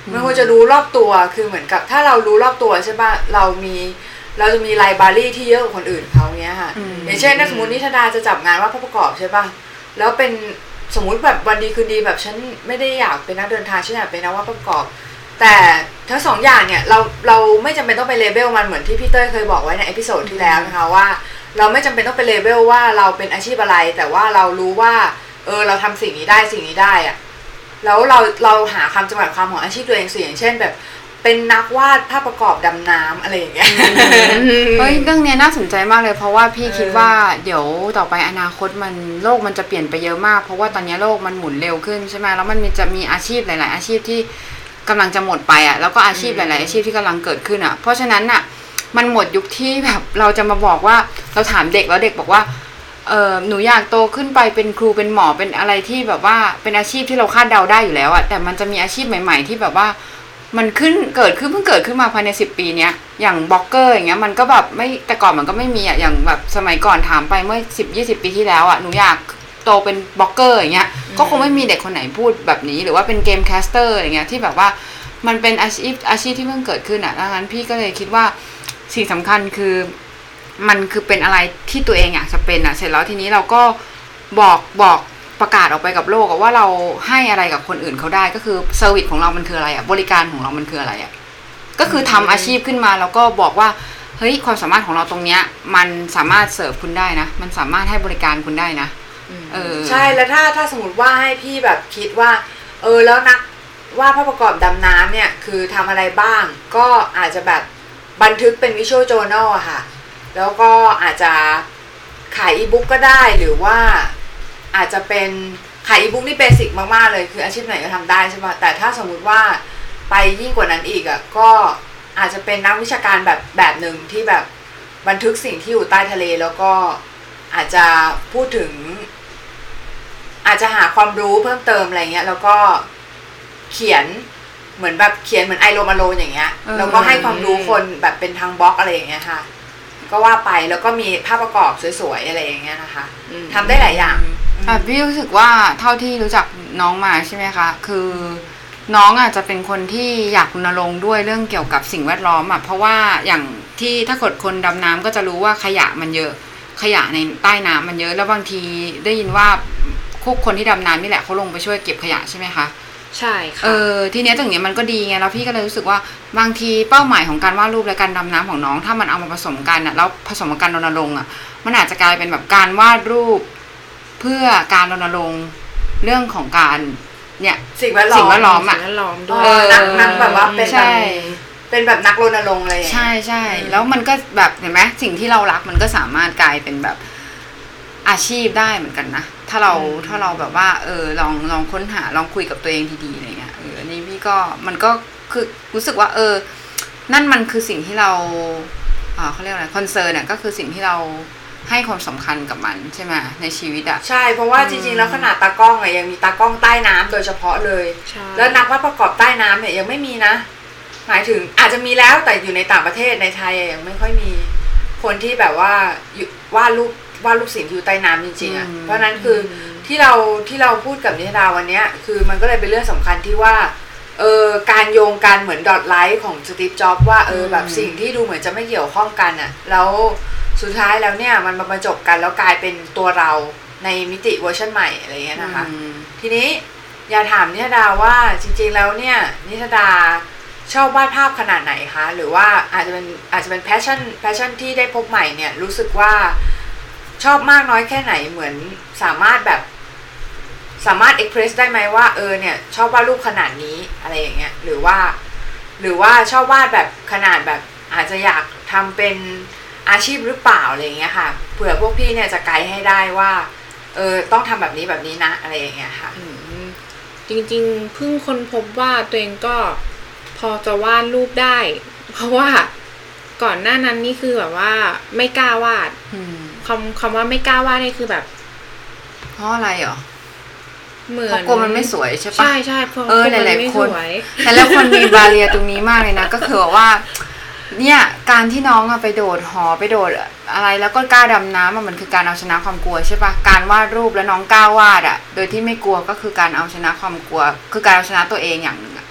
มันควรจะรู้รอบตัวคือเหมือนกับถ้าเรารู้รอบตัวใช่ป่ะเราจะมีไลบรารีที่เยอะกว่าคนอื่นเขาเนี้ยค่ะอย่างเช่นถ้าสมมตินิธดาจะจับงานว่าผู้ประกอบใช่ป่ะแล้วเป็นสมมุติแบบวันดีคืนดีแบบฉันไม่ได้อยากเป็นนักเดินทางฉันอยากเป็นนักวาดประกอบแต่ทั้งสองอย่างเนี่ยเราไม่จำเป็นต้องไปเลเบลมันเหมือนที่พี่เต้ยเคยบอกไว้ในเอพิโซดที่แล้วนะคะว่าเราไม่จำเป็นต้องไปเลเบลว่าเราเป็นอาชีพอะไรแต่ว่าเรารู้ว่าเราทำสิ่งนี้ได้อะแล้วเราหาคำจำกัดความของอาชีพตัวเองสิอย่างเช่นแบบเป็นนักวาดภาพประกอบดำน้ำอะไรอย่างเงี้ยเฮ้ยเรื่องนี้น่าสนใจมากเลยเพราะว่าพี่คิดว่าเดี๋ยวต่อไปอนาคตโลกมันจะเปลี่ยนไปเยอะมากเพราะว่าตอนนี้โลกมันหมุนเร็วขึ้นใช่ไหมแล้วมันจะมีอาชีพหลายๆอาชีพที่กำลังจะหมดไปอ่ะแล้วก็อาชีพหลายๆอาชีพที่กำลังเกิดขึ้นอ่ะเพราะฉะนั้นอ่ะมันหมดยุคที่แบบเราจะมาบอกว่าเราถามเด็กแล้วเด็กบอกว่าหนูอยากโตขึ้นไปเป็นครูเป็นหมอเป็นอะไรที่แบบว่าเป็นอาชีพที่เราคาดเดาได้อยู่แล้วอ่ะแต่มันจะมีอาชีพใหม่ๆที่แบบว่ามันเพิ่งเกิดขึ้นมาภายใน10 ปีเนี้ยอย่างบล็อกเกอร์อย่างเงี้ยมันก็แบบไม่แต่ก่อนมันก็ไม่มีอ่ะอย่างแบบสมัยก่อนถามไปเมื่อ10-20 ปีที่แล้วอ่ะหนูอยากโตเป็นบล็อกเกอร์อย่างเงี้ยก็คงไม่มีเด็กคนไหนพูดแบบนี้หรือว่าเป็นเกมแคสเตอร์อย่างเงี้ยที่แบบว่ามันเป็นอาชีพที่เพิ่งเกิดขึ้นอ่ะดังนั้นพี่ก็เลยคิดว่าสิ่งสำคัญคือมันคือเป็นอะไรที่ตัวเองอยากจะเป็นอ่ะเสร็จแล้วทีนี้เราก็บอกประกาศออกไปกับโลกว่าเราให้อะไรกับคนอื่นเขาได้ก็คือเซอร์วิสของเรามันคืออะไรอ่ะบริการของเรามันคืออะไรอ่ะก็คือทำอาชีพขึ้นมาแล้วก็บอกว่าเฮ้ยความสามารถของเราตรงเนี้ยมันสามารถเสิร์ฟคุณได้นะมันสามารถให้บริการคุณได้นะใช่แล้วถ้าสมมติว่าให้พี่แบบคิดว่าแล้วนักว่าภาพประกอบดำน้ำเนี่ยคือทำอะไรบ้างก็อาจจะแบบบันทึกเป็นวิชวลโจเนลอะค่ะแล้วก็อาจจะขายอีบุ๊กก็ได้หรือว่าอาจจะเป็นขายอีบุ๊กนี่เบสิกมากๆเลยคืออาชีพไหนก็ทำได้ใช่ไหมแต่ถ้าสมมุติว่าไปยิ่งกว่านั้นอีกอะก็อาจจะเป็นนักวิชาการแบบหนึ่งที่แบบบันทึกสิ่งที่อยู่ใต้ทะเลแล้วก็อาจจะพูดถึงอาจจะหาความรู้เพิ่มเติมอะไรเงี้ยแล้วก็เขียนเหมือนไอโรมาโลอย่างเงี้ยแล้วก็ให้ความรู้คนแบบเป็นทางบล็อกอะไรอย่างเงี้ยค่ะก็ว่าไปแล้วก็มีภาพประกอบสวยๆอะไรอย่างเงี้ยนะคะทำได้หลายอย่างพี่รู้สึกว่าเท่าที่รู้จักน้องมาใช่ไหมคะคือน้องอาจจะเป็นคนที่อยากรณรงค์ด้วยเรื่องเกี่ยวกับสิ่งแวดล้อมอ่ะเพราะว่าอย่างที่ถ้าเกิดคนดำน้ำก็จะรู้ว่าขยะมันเยอะขยะในใต้น้ำมันเยอะแล้วบางทีได้ยินว่าคนที่ดำน้ำนี่แหละเขาลงไปช่วยเก็บขยะใช่ไหมคะใช่ค่ะทีเนี้ยตรงนี้มันก็ดีไงแล้วพี่ก็เลยรู้สึกว่าบางทีเป้าหมายของการวาดรูปและการดำน้ำของน้องถ้ามันเอามาผสมกันอ่ะแล้วผสมกับการรณรงค์อ่ะมันอาจจะกลายเป็นแบบการวาดรูปเพื่อการรณรงค์เรื่องของการเนี่ยสิ่งแวดล้อมด้วยนักแบบว่าเป็นแบบนักรณรงค์อะไรอย่างเงี้ยใช่แล้วมันก็แบบเห็นไหมสิ่งที่เรารักมันก็สามารถกลายเป็นแบบอาชีพได้เหมือนกันนะถ้าเราแบบว่าลองค้นหาลองคุยกับตัวเองดีๆอะไรเงี้ยอันนี้พี่ก็มันก็คือรู้สึกว่านั่นมันคือสิ่งที่เราเขาเรียกอะไรคอนเซิร์นเนี่ยก็คือสิ่งที่เราให้ความสำคัญกับมันใช่ไหมในชีวิตอ่ะใช่เพราะว่าจริงๆแล้วขนาดตากล้องยังมีตากล้องใต้น้ำโดยเฉพาะเลยแล้วนักวาดประกอบใต้น้ำเนี่ยยังไม่มีนะหมายถึงอาจจะมีแล้วแต่อยู่ในต่างประเทศในไทยยังไม่ค่อยมีคนที่แบบว่าวาดรูปสิ่งที่อยู่ใต้น้ำจริงๆอ่ะเพราะนั้นคือที่เราพูดกับนิธดาวันนี้คือมันก็เลยเป็นเรื่องสำคัญที่ว่าการโยงกันเหมือนดอทไลท์ของสตีฟจ็อบส์ว่าแบบสิ่งที่ดูเหมือนจะไม่เกี่ยวข้องกันอ่ะแล้วสุดท้ายแล้วเนี่ยมันมาบรรจบกันแล้วกลายเป็นตัวเราในมิติเวอร์ชันใหม่อะไรเงี้ยนะคะทีนี้อยากถามนิธดาว่าจริงๆแล้วเนี่ยนิธดาชอบวาดภาพขนาดไหนคะหรือว่าอาจจะเป็นแพชชั่นที่ได้พบใหม่เนี่ยรู้สึกว่าชอบมากน้อยแค่ไหนเหมือนสามารถเอ็กเพรสได้ไหมว่าเนี่ยชอบวาดรูปขนาดนี้อะไรอย่างเงี้ยหรือว่าชอบวาดแบบขนาดแบบอาจจะอยากทำเป็นอาชีพหรือเปล่าอะไรอย่างเงี้ยค่ะเผื่อพวกพี่เนี่ยจะไกด์ให้ได้ว่าต้องทำแบบนี้นะอะไรอย่างเงี้ยค่ะจริงๆเพิ่งค้นพบว่าตัวเองก็พอจะวาดรูปได้เพราะว่าก่อนหน้านั้นนี่คือแบบว่าไม่กล้าวาดคำว่าไม่กล้าวาดนี่คือแบบเพราะอะไรหรอเหมือนกลัวมันไม่สวยใช่ปะใช่เพราะหลายๆคนแต่แล้วคนมีบาเรียตรงนี้มากเลยนะก็คือว่าเนี่ยการที่น้องไปโดดหอไปโดดอะไรแล้วก็กล้าดำน้ำมันคือการเอาชนะความกลัวใช่ปะการวาดรูปแล้วน้องกล้าวาดโดยที่ไม่กลัวก็คือการเอาชนะความกลัวคือการเอาชนะตัวเองอย่างนึง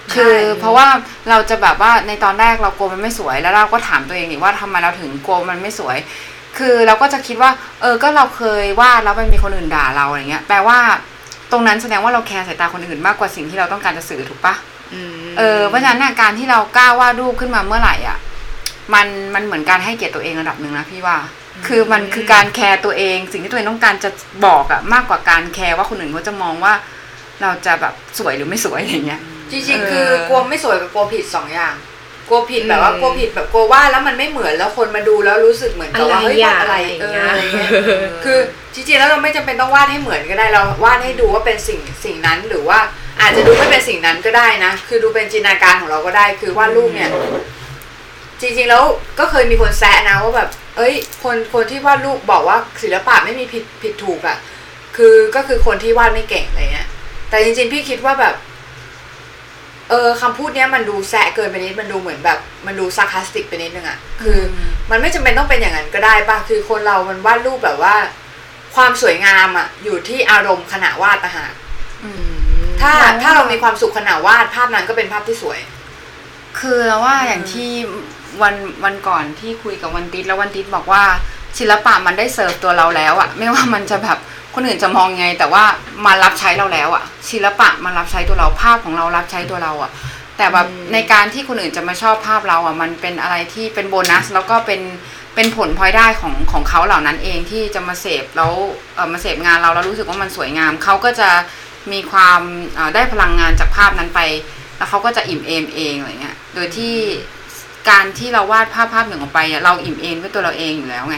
คือเพราะว่าเราจะแบบว่าในตอนแรกเรากลัวมันไม่สวยแล้วเราก็ถามตัวเองว่าทำไมเราถึงกลัวมันไม่สวยคือเราก็จะคิดว่าก็เราเคยวาดแล้วมันมีคนอื่นด่าเราอะไรเงี้ยแปลว่าตรงนั้นแสดงว่าเราแคร์สายตาคนอื่นมากกว่าสิ่งที่เราต้องการจะสื่อถูกปะเพราะฉะนั้นการที่เรากล้าวาดรูปขึ้นมาเมื่อไหร่อ่ะมันเหมือนการให้เกียรติตัวเองระดับนึงนะพี่ว่าคือมันคือการแคร์ตัวเองสิ่งที่ตัวเองต้องการจะบอกอ่ะมากกว่าการแคร์ว่าคนอื่นเขาจะมองว่าเราจะแบบสวยหรือไม่สวยอย่างเงี้ยจริงๆคือกลัวไม่สวยกับกลัวผิด2 อย่างกลัวผิดแบบว่ากลัวผิดแบบกลัวว่าแล้วมันไม่เหมือนแล้วคนมาดูแล้วรู้สึกเหมือนกับว่าเฮ้ยอะไรอะไรเงี้ยคือจริงๆแล้วเราไม่จำเป็นต้องวาดให้เหมือนก็ได้เราวาดให้ดูว่าเป็นสิ่งนั้นหรือว่าอาจจะดูไม่เป็นสิ่งนั้นก็ได้นะคือดูเป็นจินตนาการของเราก็ได้คือวาดรูปเนี่ยจริงๆแล้วก็เคยมีคนแซะนะว่าแบบคนที่วาดรูปบอกว่าศิลปะไม่มีผิดถูกอ่ะก็คือคนที่วาดไม่เก่งอะไรเงี้ยแต่จริงๆพี่คิดว่าแบบคำพูดเนี้ยมันดูแซะเกินไปนิดมันดูเหมือนแบบมันดูซาร์คาสติกไปนิดนึงอ่ะคือมันไม่จำเป็นต้องเป็นอย่างนั้นก็ได้ป่ะคือคนเรามันวาดรูปแบบว่าความสวยงามอ่ะอยู่ที่อารมณ์ขณะวาดต่างหากถ้าเรามีความสุขขณะวาดภาพนั้นก็เป็นภาพที่สวยคือแล้วว่าอย่างที่วันก่อนที่คุยกับวันติดแล้ววันติดบอกว่าศิลปะมันได้เสิร์ฟตัวเราแล้วอ่ะไม่ว่ามันจะแบบคนอื่นจะมองไงแต่ว่ามารับใช้เราแล้วอ่ะศิลปะมันรับใช้ตัวเราภาพของเรารับใช้ตัวเราอ่ะแต่แบบในการที่คนอื่นจะมาชอบภาพเราอ่ะมันเป็นอะไรที่เป็นโบนัสแล้วก็เป็นผลพลอยได้ของเขาเหล่านั้นเองที่จะมาเสพแล้วมาเสพงานเราแล้วรู้สึกว่ามันสวยงามเขาก็จะมีความได้พลังงานจากภาพนั้นไปแล้วเขาก็จะอิ่มเอมเองอะไรเงี้ยโดยที่การที่เราวาดภาพหนึ่งออกไปเราอิ่มเอมด้วยตัวเราเองอยู่แล้วไง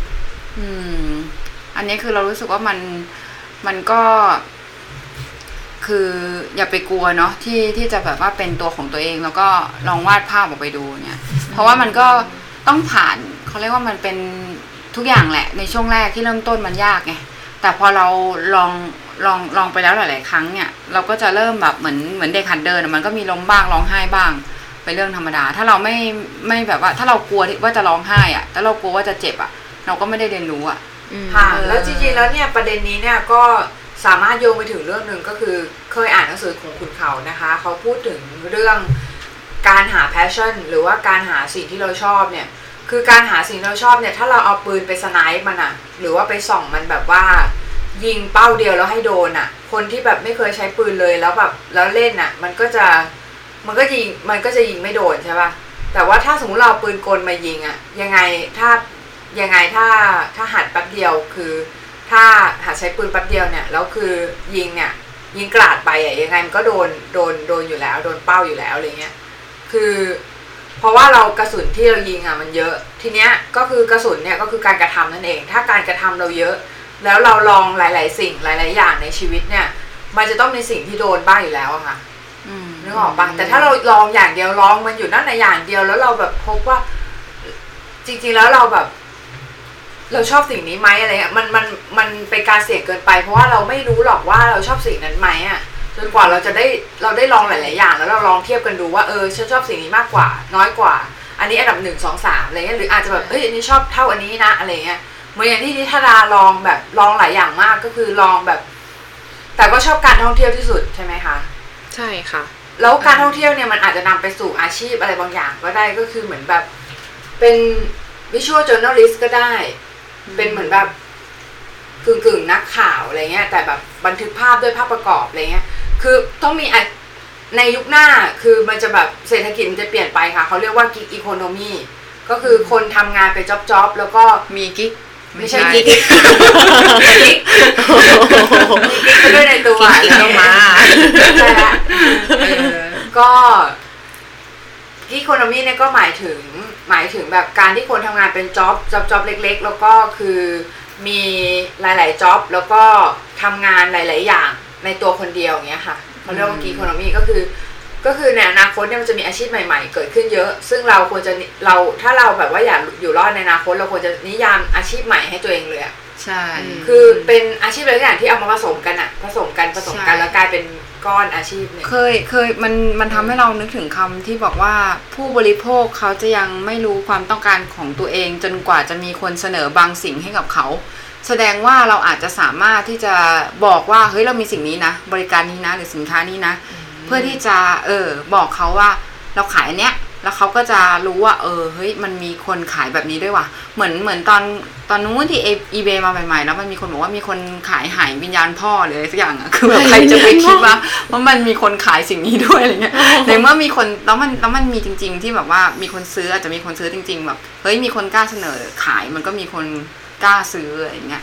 อันนี้คือเรารู้สึกว่ามันก็คืออย่าไปกลัวเนาะที่จะแบบว่าเป็นตัวของตัวเองแล้วก็ลองวาดภาพออกไปดูเนี่ยเพราะว่ามันก็ต้องผ่านเขาเรียกว่ามันเป็นทุกอย่างแหละในช่วงแรกที่เริ่มต้นมันยากไงแต่พอเราลองไปแล้วหลายๆครั้งเนี่ยเราก็จะเริ่มแบบเหมือนเด็กหัดเดินมันก็มีล้มบ้างร้องไห้บ้างเป็นเรื่องธรรมดาถ้าเราไม่แบบว่าถ้าเรากลัวว่าจะร้องไห้อ่ะถ้าเรากลัวว่าจะเจ็บอ่ะเราก็ไม่ได้เรียนรู้อ่ะค่ะแล้วจริงๆแล้วเนี่ยประเด็นนี้เนี่ยก็สามารถโยงไปถึงเรื่องนึงก็คือเคยอ่านหนังสือของคุณเขานะคะเขาพูดถึงเรื่องการหา passion หรือว่าการหาสิ่งที่เราชอบเนี่ยคือการหาสิ่งที่เราชอบเนี่ยถ้าเราเอาปืนไปสไนป์มันอ่ะหรือว่าไปส่องมันแบบว่ายิงเป้าเดียวแล้วให้โดนอ่ะคนที่แบบไม่เคยใช้ปืนเลยแล้วแบบแล้วเล่นอ่ะมันก็จะยิงไม่โดนใช่ป่ะแต่ว่าถ้าสมมุติเราปืนกลมายิงอ่ะยังไงถ้าหัดแป๊บเดียวคือถ้าหัดใช้ปืนแป๊บเดียวเนี่ยแล้วคือยิงกราดไปอ่ะยังไงมันก็โดนอยู่แล้วโดนเป้าอยู่แล้วอะไรเงี้ยคือเพราะว่าเรากระสุนที่เรายิงอ่ะมันเยอะทีเนี้ยก็คือกระสุนเนี่ยก็คือการกระทำนั่นเองถ้าการกระทำเราเยอะแล้วเราลองหลายๆสิ่งหลายๆอย่างในชีวิตเนี่ยมันจะต้องมีสิ่งที่โดนบ้างอยู่แล้วอะค่ะนึกออกปะแต่ถ้าเราลองอย่างเดียวลองมันอยู่นั่นในอย่างเดียวแล้วเราแบบพบว่าจริงๆแล้วเราแบบเราชอบสิ่งนี้ไหมอะไรเงี้ยมันเป็นการเสี่ยงเกินไปเพราะว่าเราไม่รู้หรอกว่าเราชอบสิ่งนั้นไหมอ่ะจนกว่าเราได้ลองหลายๆอย่างแล้วเราลองเทียบกันดูว่าฉันชอบสิ่งนี้มากกว่าน้อยกว่าอันนี้อันดับ1 2 3อะไรเงี้ยหรืออาจจะแบบอันนี้ชอบเท่าอันนี้นะอะไรเงี้ยเหมือนอย่างที่นิธาดาลองหลายอย่างมากก็คือลองแบบแต่ก็ชอบการท่องเที่ยวที่สุดใช่ไหมคะใช่ค่ะแล้วการท่องเที่ยวเนี่ยมันอาจจะนำไปสู่อาชีพอะไรบางอย่างก็ได้ก็คือเหมือนแบบเป็น visual journalist ก็ได้เป็นเหมือนแบบกึ่งนักข่าวอะไรเงี้ยแต่แบบบันทึกภาพด้วยภาพประกอบอะไรเงี้ยคือต้องมีในยุคหน้าคือมันจะแบบเศรษฐกิจมันจะเปลี่ยนไปค่ะเขาเรียกว่า gig economy ก็คือคนทำงานไปจ็อบแล้วก็มีกิ๊กไม่ใช่กิ๊กกิ๊กก็ด้วยในตัวกิ๊กก็มาใช่ละก็กิ๊กอีโคโนมีเนี่ยก็หมายถึงแบบการที่คนทำงานเป็นจ็อบเล็กๆแล้วก็คือมีหลายๆจ็อบแล้วก็ทำงานหลายๆอย่างในตัวคนเดียวอย่างเงี้ยค่ะเขาเรียกว่ากิ๊กอีโคโนมีก็คือในอนาคตเนี่ยมันจะมีอาชีพใหม่ๆเกิดขึ้นเยอะซึ่งเราควรจะถ้าเราแบบว่าอยากอยู่รอดในอนาคตเราควรจะนิยามอาชีพใหม่ให้ตัวเองเลยอ่ะใช่คือเป็นอาชีพอะไรอย่างที่เอามาผสมกันแล้วกลายเป็นก้อนอาชีพเนี่ยเคยมันทำให้เรานึกถึงคำที่บอกว่าผู้บริโภคเขาจะยังไม่รู้ความต้องการของตัวเองจนกว่าจะมีคนเสนอบางสิ่งให้กับเขาแสดงว่าเราอาจจะสามารถที่จะบอกว่าเฮ้ยเรามีสิ่งนี้นะบริการนี้นะหรือสินค้านี้นะเพื่อที่จะบอกเขาว่าเราขายอันเนี้ยแล้วเขาก็จะรู้ว่าเฮ้ยมันมีคนขายแบบนี้ด้วยว่ะเหมือนตอนนู้นที่ eBay มาใหม่ๆแล้วมันมีคนบอกว่ามีคนขายหายวิญญาณพ่อหรืออะไรสักอย่างอ่ะคือแบบใครจะไปคิดว่ามันมีคนขายสิ่งนี้ด้วยอะไรเงี้ยในเมื่อมีคนแล้วมันมีจริงๆที่แบบว่ามีคนซื้ออาจจะมีคนซื้อจริงๆแบบเฮ้ยมีคนกล้าเสนอขายมันก็มีคนกล้าซื้ออะไรเงี้ย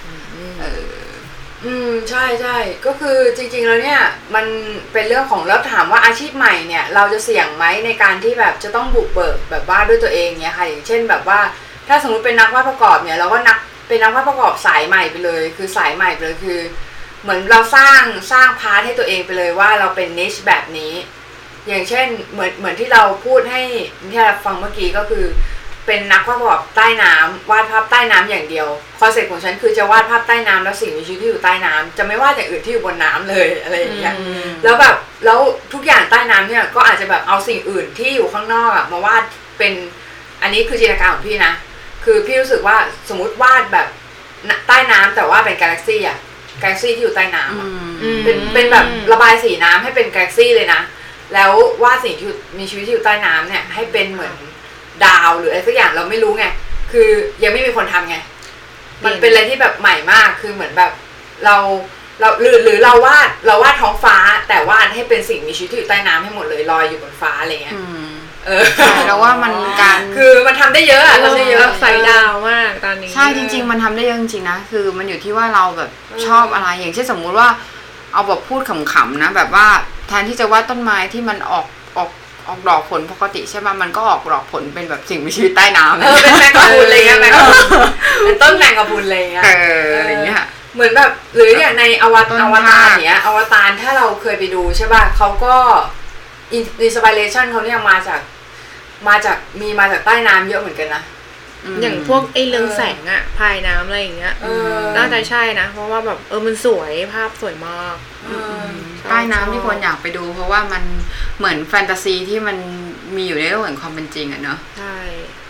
ใช่ใช่ก็คือจริงๆแล้วเนี่ยมันเป็นเรื่องของแล้วถามว่าอาชีพใหม่เนี่ยเราจะเสี่ยงไหมในการที่แบบจะต้องบุกเบิกแบบว่าด้วยตัวเองเนี่ยค่ะอย่างเช่นแบบว่าถ้าสมมติเป็นนักวาดประกอบเนี่ยเราก็เป็นนักวาดประกอบสายใหม่ไปเลยคือสายใหม่ไปเลยคือเหมือนเราสร้างพาร์ทให้ตัวเองไปเลยว่าเราเป็นนิชแบบนี้อย่างเช่นเหมือนที่เราพูดให้ที่เราฟังเมื่อกี้ก็คือเป็นนักวาดภาพใต้น้ำวาดภาพใต้น้ำอย่างเดียวคอนเซ็ปต์ของฉันคือจะวาดภาพใต้น้ำแล้วสิ่งมีชีวิตที่อยู่ใต้น้ำจะไม่วาดอย่างอื่นที่อยู่บนน้ำเลยอะไรอย่างเงี้ยแล้วแบบแล้วทุกอย่างใต้น้ำเนี่ยก็อาจจะแบบเอาสิ่งอื่นที่อยู่ข้างนอกอะมาวาดเป็นอันนี้คือจินตนาการของพี่นะคือพี่รู้สึกว่าสมมติวาดแบบใต้น้ำแต่ว่าเป็นกาแล็กซี่อะกาแล็กซี่ที่อยู่ใต้น้ำเป็นแบบระบายสีน้ำให้เป็นกาแล็กซี่เลยนะแล้ววาดสิ่งที่มีชีวิตที่อยู่ใต้น้ำเนี่ยให้เป็นเหมือนดาวหรืออะไรสักอย่างเราไม่รู้ไงคือยังไม่มีคนทำไงมันเป็นอะไรที่แบบใหม่มากคือเหมือนแบบเราหรือเราวาดท้องฟ้าแต่วาดให้เป็นสิ่งมีชีวิตที่อยู่ใต้น้ำให้หมดเลยลอยอยู่บนฟ้าอะไรเงี้ยแล้วว่ามันการคือมันทำได้เยอะทำได้เยอะใส่ดาวมากตอนนี้ใช่จริงๆมันทำได้เยอะจริงๆนะคือมันอยู่ที่ว่าเราแบบชอบอะไรอย่างเช่นสมมุติว่าเอาแบบพูดขำๆนะแบบว่าแทนที่จะวาดต้นไม้ที่มันออกดอกผลปกติใช่ไหมมันก็ออกดอกผลเป็นแบบสิ่งมีชีวิตใต้น้ำเป็นแมงกะพรุนอะไรเงี้ยแมงกะพรุนเป็นต้นแมงกะพรุนอะไรเงี้ยอะไรเงี้ยเหมือนแบบหรืออย่างในอวตารเนี้ยอวตารถ้าเราเคยไปดูใช่ป่ะเขาก็อินสปิเรชันเขาเนี่ยมาจากใต้น้ำเยอะเหมือนกันนะอย่างพวกไอ้เรืองแสงอะภายน้ำอะไรอย่างเงี้ยน่าจะใช่นะเพราะว่าแบบมันสวยภาพสวยมากใต้น้ำที่คนอยากไปดูเพราะว่ามันเหมือนแฟนตาซีที่มันมีอยู่ในโลกแห่งความเป็นจริงอะเนาะใช่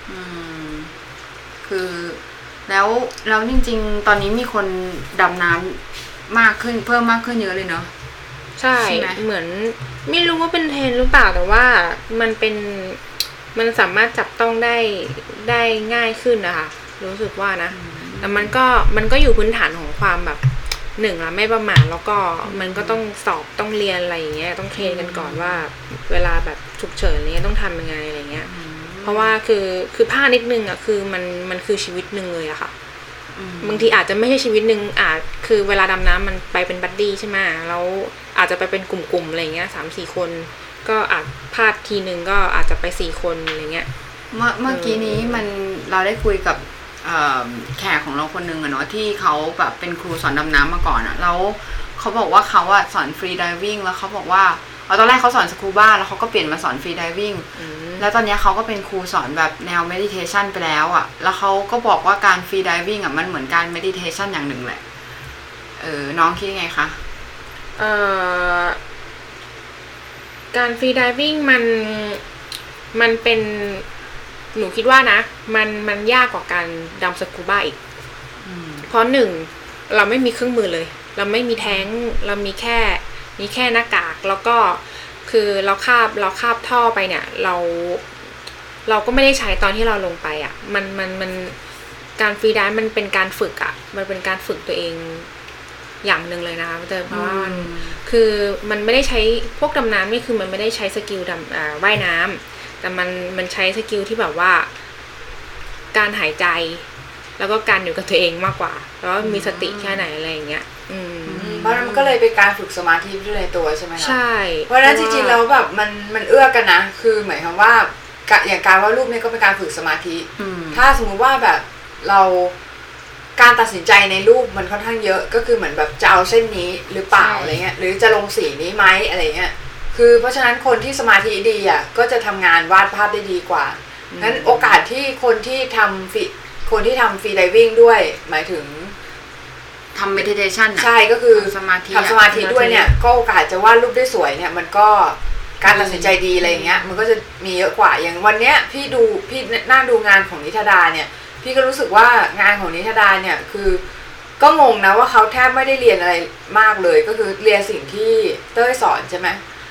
คือแล้วจริงๆตอนนี้มีคนดำน้ำมากขึ้นเพิ่มมากขึ้นเยอะเลยเนาะใช่เหมือนไม่รู้ว่าเป็นเทรนด์หรือเปล่าแต่ว่ามันสามารถจับต้องได้ง่ายขึ้นนะคะรู้สึกว่านะแต่มันก็อยู่พื้นฐานของความแบบหนึ่งละไม่ประมาทแล้วก็มันก็ต้องสอบต้องเรียนอะไรอย่างเงี้ยต้องเทรนกันก่อนว่าเวลาแบบฉุกเฉินอะไรเงี้ยต้องทำยังไงอะไรเงี้ยเพราะว่าคือพลาดนิดนึงอ่ะคือมันคือชีวิตนึงเลยอะค่ะบางทีอาจจะไม่ใช่ชีวิตนึงคือเวลาดำน้ำมันไปเป็นบัดดี้ใช่ไหมแล้วอาจจะไปเป็นกลุ่มๆอะไรเงี้ย 3-4 คนก็อาจพลาดทีนึงก็อาจจะไป4 คนอะไรเงี้ยเมื่อกี้นี้เราได้คุยกับแขกของเราคนนึงอะเนาะที่เขาแบบเป็นครูสอนดำน้ำมาก่อนอะแล้วเขาบอกว่าเขาอะสอนฟรีไดวิ่งแล้วเขาบอกว่าตอนแรกเขาสอนสกูบ้าแล้วเขาก็เปลี่ยนมาสอนฟรีไดวิ่งแล้วตอนนี้เขาก็เป็นครูสอนแบบแนวเมดิเทชันไปแล้วอะแล้วเขาก็บอกว่าการฟรีไดวิ่งอะมันเหมือนการเมดิเทชันอย่างหนึ่งแหละน้องคิดยังไงคะการฟรีไดวิ่งมันเป็นหนูคิดว่านะมันยากกว่าการดำสกูบ้าอีกเพราะหนึ่งเราไม่มีเครื่องมือเลยเราไม่มีแท้งเรามีแค่หน้ากากแล้วก็คือเราคาบท่อไปเนี่ยเราก็ไม่ได้ใช้ตอนที่เราลงไปอ่ะมันการฟรีไดฟ์มันเป็นการฝึกอ่ะมันเป็นการฝึกตัวเองอย่างหนึ่งเลยนะคะเพราะว่าคือมันไม่ได้ใช้พวกดำน้ำนี่คือมันไม่ได้ใช้สกิลว่ายน้ำแต่มันใช้สกิลที่แบบว่าการหายใจแล้วก็การอยู่กับตัวเองมากกว่าแล้วมีสติแค่ไหนอะไรอย่างเงี้ยเพราะมันก็เลยเป็นการฝึกสมาธิด้วยในตัวใช่ไหมคะใช่เพราะฉะนั้นจริงๆแล้วแบบมันเอื้อกันนะคือหมายความว่าอย่างการวาดรูปเนี่ยก็เป็นการฝึกสมาธิถ้าสมมุติว่าแบบเราการตัดสินใจในรูปมันค่อนข้างเยอะก็คือเหมือนแบบจะเอาเส้นนี้หรือเปล่าอะไรเงี้ยหรือจะลงสีนี้ไหมอะไรเงี้ยคือเพราะฉะนั้นคนที่สมาธิดีอ่ะก็จะทำงานวาดภาพได้ดีกว่างั้นโอกาสที่คนที่ทำฟรีไดวิ่งด้วยหมายถึงทำเมดิเทชันใช่ก็คือทำสมาธิด้วยเนี่ยก็โอกาสจะวาดรูปได้สวยเนี่ยมันก็การตัดสินใจดีอะไรเงี้ยมันก็จะมีเยอะกว่าอย่างวันเนี้ยพี่นั่งดูงานของนิธดาเนี่ยพี่ก็รู้สึกว่างานของนิธดาเนี่ยคือก็งงนะว่าเขาแทบไม่ได้เรียนอะไรมากเลยก็คือเรียนสิ่งที่เต้ยสอนใช่ไหม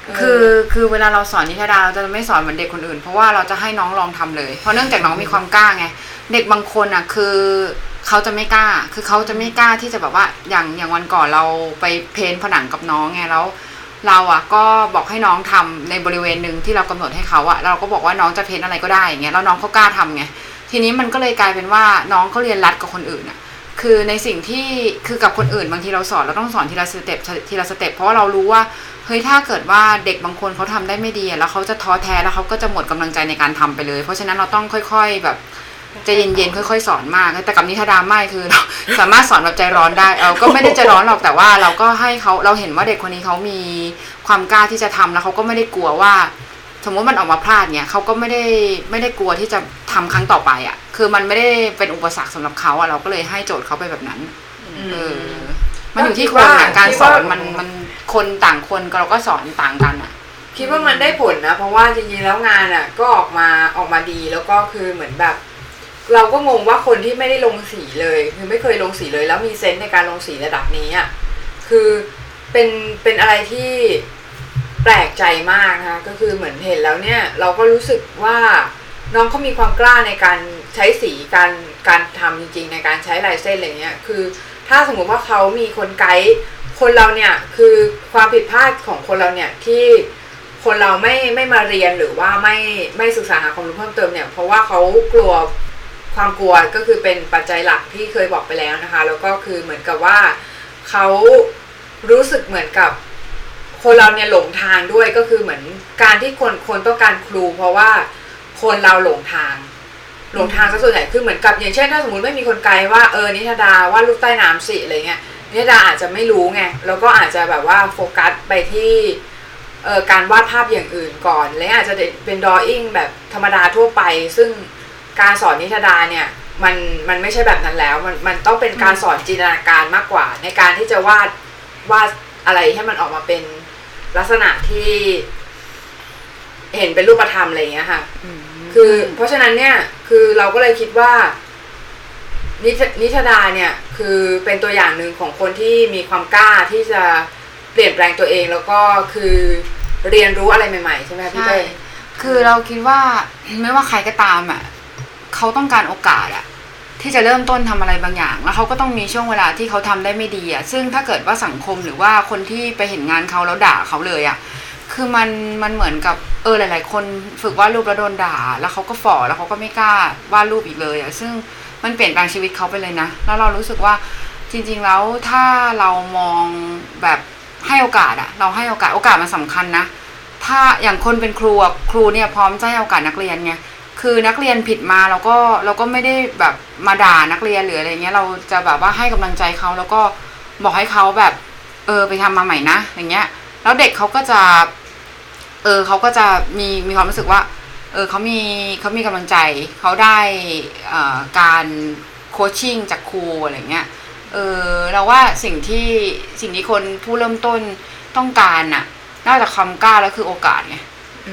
คือเวลาเราสอนนิทรรศเราจะไม่สอนเหมือนเด็กคนอื่นเพราะว่าเราจะให้น้องลองทำเลยเพราะเนื่องจากน้องมีความกล้าไงเด็กบางคนอ่ะคือเขาจะไม่กล้าที่จะแบบว่าอย่างวันก่อนเราไปเพ้นผนังกับน้องไงแล้วเราอ่ะก็บอกให้น้องทำในบริเวณหนึ่งที่เรากำหนดให้เขาอ่ะเราก็บอกว่าน้องจะเพ้นอะไรก็ได้อย่างเงี้ยแล้วน้องเขากล้าทำไงทีนี้มันก็เลยกลายเป็นว่าน้องเขาเรียนรัดกับคนอื่นอ่ะคือในสิ่งที่คือกับคนอื่นบางทีเราสอนเราต้องสอนทีละสเต็ปเพราะว่าเรารู้ว่าเฮ้ยถ้าเกิดว่าเด็กบางคนเขาทำได้ไม่ดีแล้วเขาจะท้อแท้แล้วเขาก็จะหมดกำลังใจในการทำไปเลยเพราะฉะนั้นเราต้องค่อยๆแบบใจเย็นๆค่อยๆสอนมากแต่กับนิทรรศไม่คือเราสามารถสอนแบบใจร้อนได้ก็ไม่ได้ใจร้อนหรอกแต่ว่าเราก็ให้เขาเราเห็นว่าเด็กคนนี้เขามีความกล้าที่จะทำแล้วเขาก็ไม่ได้กลัวว่าสมมติมันออกมาพลาดเนี่ยเขาก็ไม่ได้กลัวที่จะทำครั้งต่อไปอ่ะคือมันไม่ได้เป็นอุปสรรคสำหรับเขาอ่ะเราก็เลยให้โจทย์เขาไปแบบนั้นมันอยู่ที่คนการสอนมันคนต่างคนเราก็สอนต่างกันอ่ะคิดว่ามันได้ผลนะเพราะว่าจริงๆแล้วงานอ่ะก็ออกมาดีแล้วก็คือเหมือนแบบเราก็งงว่าคนที่ไม่ได้ลงสีเลยคือไม่เคยลงสีเลยแล้วมีเซนส์ในการลงสีระดับนี้อ่ะคือเป็นอะไรที่แปลกใจมากนะคะก็คือเหมือนเห็นแล้วเนี่ยเราก็รู้สึกว่าน้องเขามีความกล้าในการใช้สีการทำจริงๆในการใช้ลายเส้นอะไรเงี้ยคือถ้าสมมติว่าเขามีคนไกด์คนเราเนี่ยคือความผิดพลาดของคนเราเนี่ยที่คนเราไม่มาเรียนหรือว่าไม่ศึกษาหาความรู้เพิ่มเติมเนี่ยเพราะว่าเขากลัวความกลัวก็คือเป็นปัจจัยหลักที่เคยบอกไปแล้วนะคะแล้วก็คือเหมือนกับว่าเขารู้สึกเหมือนกับคนเราเนี่ยหลงทางด้วยก็คือเหมือนการที่คนต้องการครูเพราะว่าคนเราหลงทางซะส่วนใหญ่คือเหมือนกับอย่างเช่นถ้าสมมติไม่มีคนไกด์ว่านิทรรศว่าลูกใต้น้ำสิอะไรเงี้ยนิทรรศอาจจะไม่รู้ไงแล้วก็อาจจะแบบว่าโฟกัสไปที่การวาดภาพอย่างอื่นก่อนแล้วอาจจะเป็นดรออิ่งแบบธรรมดาทั่วไปซึ่งการสอนนิทรรศเนี่ยมันไม่ใช่แบบนั้นแล้วมันต้องเป็นการสอนจินตนาการมากกว่าในการที่จะวาดอะไรให้มันออกมาเป็นลักษณะที่เห็นเป็นรูปธรรมอะไรอย่างเงี้ยค่ะคือเพราะฉะนั้นเนี่ยคือเราก็เลยคิดว่านิทรรศเนี่ยคือเป็นตัวอย่างหนึ่งของคนที่มีความกล้าที่จะเปลี่ยนแปลงตัวเองแล้วก็คือเรียนรู้อะไรใหม่ๆใช่ไหมพี่เต้คือเราคิดว่าไม่ว่าใครก็ตามอ่ะเขาต้องการโอกาสอ่ะที่จะเริ่มต้นทำอะไรบางอย่างแล้วเขาก็ต้องมีช่วงเวลาที่เขาทำได้ไม่ดีอ่ะซึ่งถ้าเกิดว่าสังคมหรือว่าคนที่ไปเห็นงานเขาแล้วด่าเขาเลยอ่ะคือมันเหมือนกับหลายๆคนฝึกวาดรูปแล้วโดนด่าแล้วเขาก็ฝ่อแล้วเขาก็ไม่กล้าวาดรูปอีกเลยอ่ะซึ่งมันเปลี่ยนแปลงชีวิตเขาไปเลยนะแล้วเรารู้สึกว่าจริงๆแล้วถ้าเรามองแบบให้โอกาสอ่ะเราให้โอกาสมันสำคัญนะถ้าอย่างคนเป็นครูเนี่ยพร้อมจะให้โอกาสนักเรียนไงคือนักเรียนผิดมาเราก็ไม่ได้แบบมาด่านักเรียนหรืออะไรเงี้ยเราจะแบบว่าให้กำลังใจเขาแล้วก็บอกให้เขาแบบไปทำมาใหม่นะอย่างเงี้ยแล้วเด็กเขาก็จะเขาก็จะมีความรู้สึกว่าเขามีกำลังใจเขาได้การโคชชิ่งจากครูอะไรเงี้ยเราว่าสิ่งที่คนผู้เริ่มต้นต้องการน่ะนอกจากความกล้าแล้วคือโอกาสไง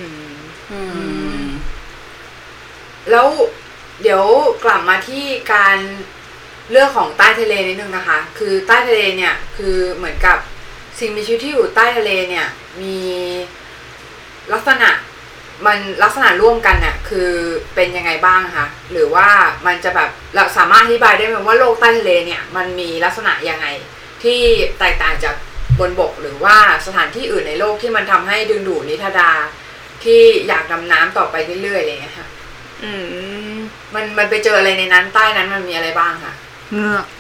แล้วเดี๋ยวกลับมาที่การเรื่องของใต้ทะเลนิดนึงนะคะคือใต้ทะเลเนี่ยคือเหมือนกับสิ่งมีชีวิตที่อยู่ใต้ทะเลเนี่ยมีลักษณะร่วมกันเนี่ยคือเป็นยังไงบ้างคะหรือว่ามันจะแบบเราสามารถอธิบายได้ไหมว่าโลกใต้ทะเลเนี่ยมันมีลักษณะยังไงที่แตกต่างจากบนบกหรือว่าสถานที่อื่นในโลกที่มันทำให้ดึงดูดนิทรรศที่อยากดำน้ำต่อไปเรื่อยๆอะไรเงี้ยค่ะมันไปเจออะไรในนั้นใต้นั้นมันมีอะไรบ้างคะเงือก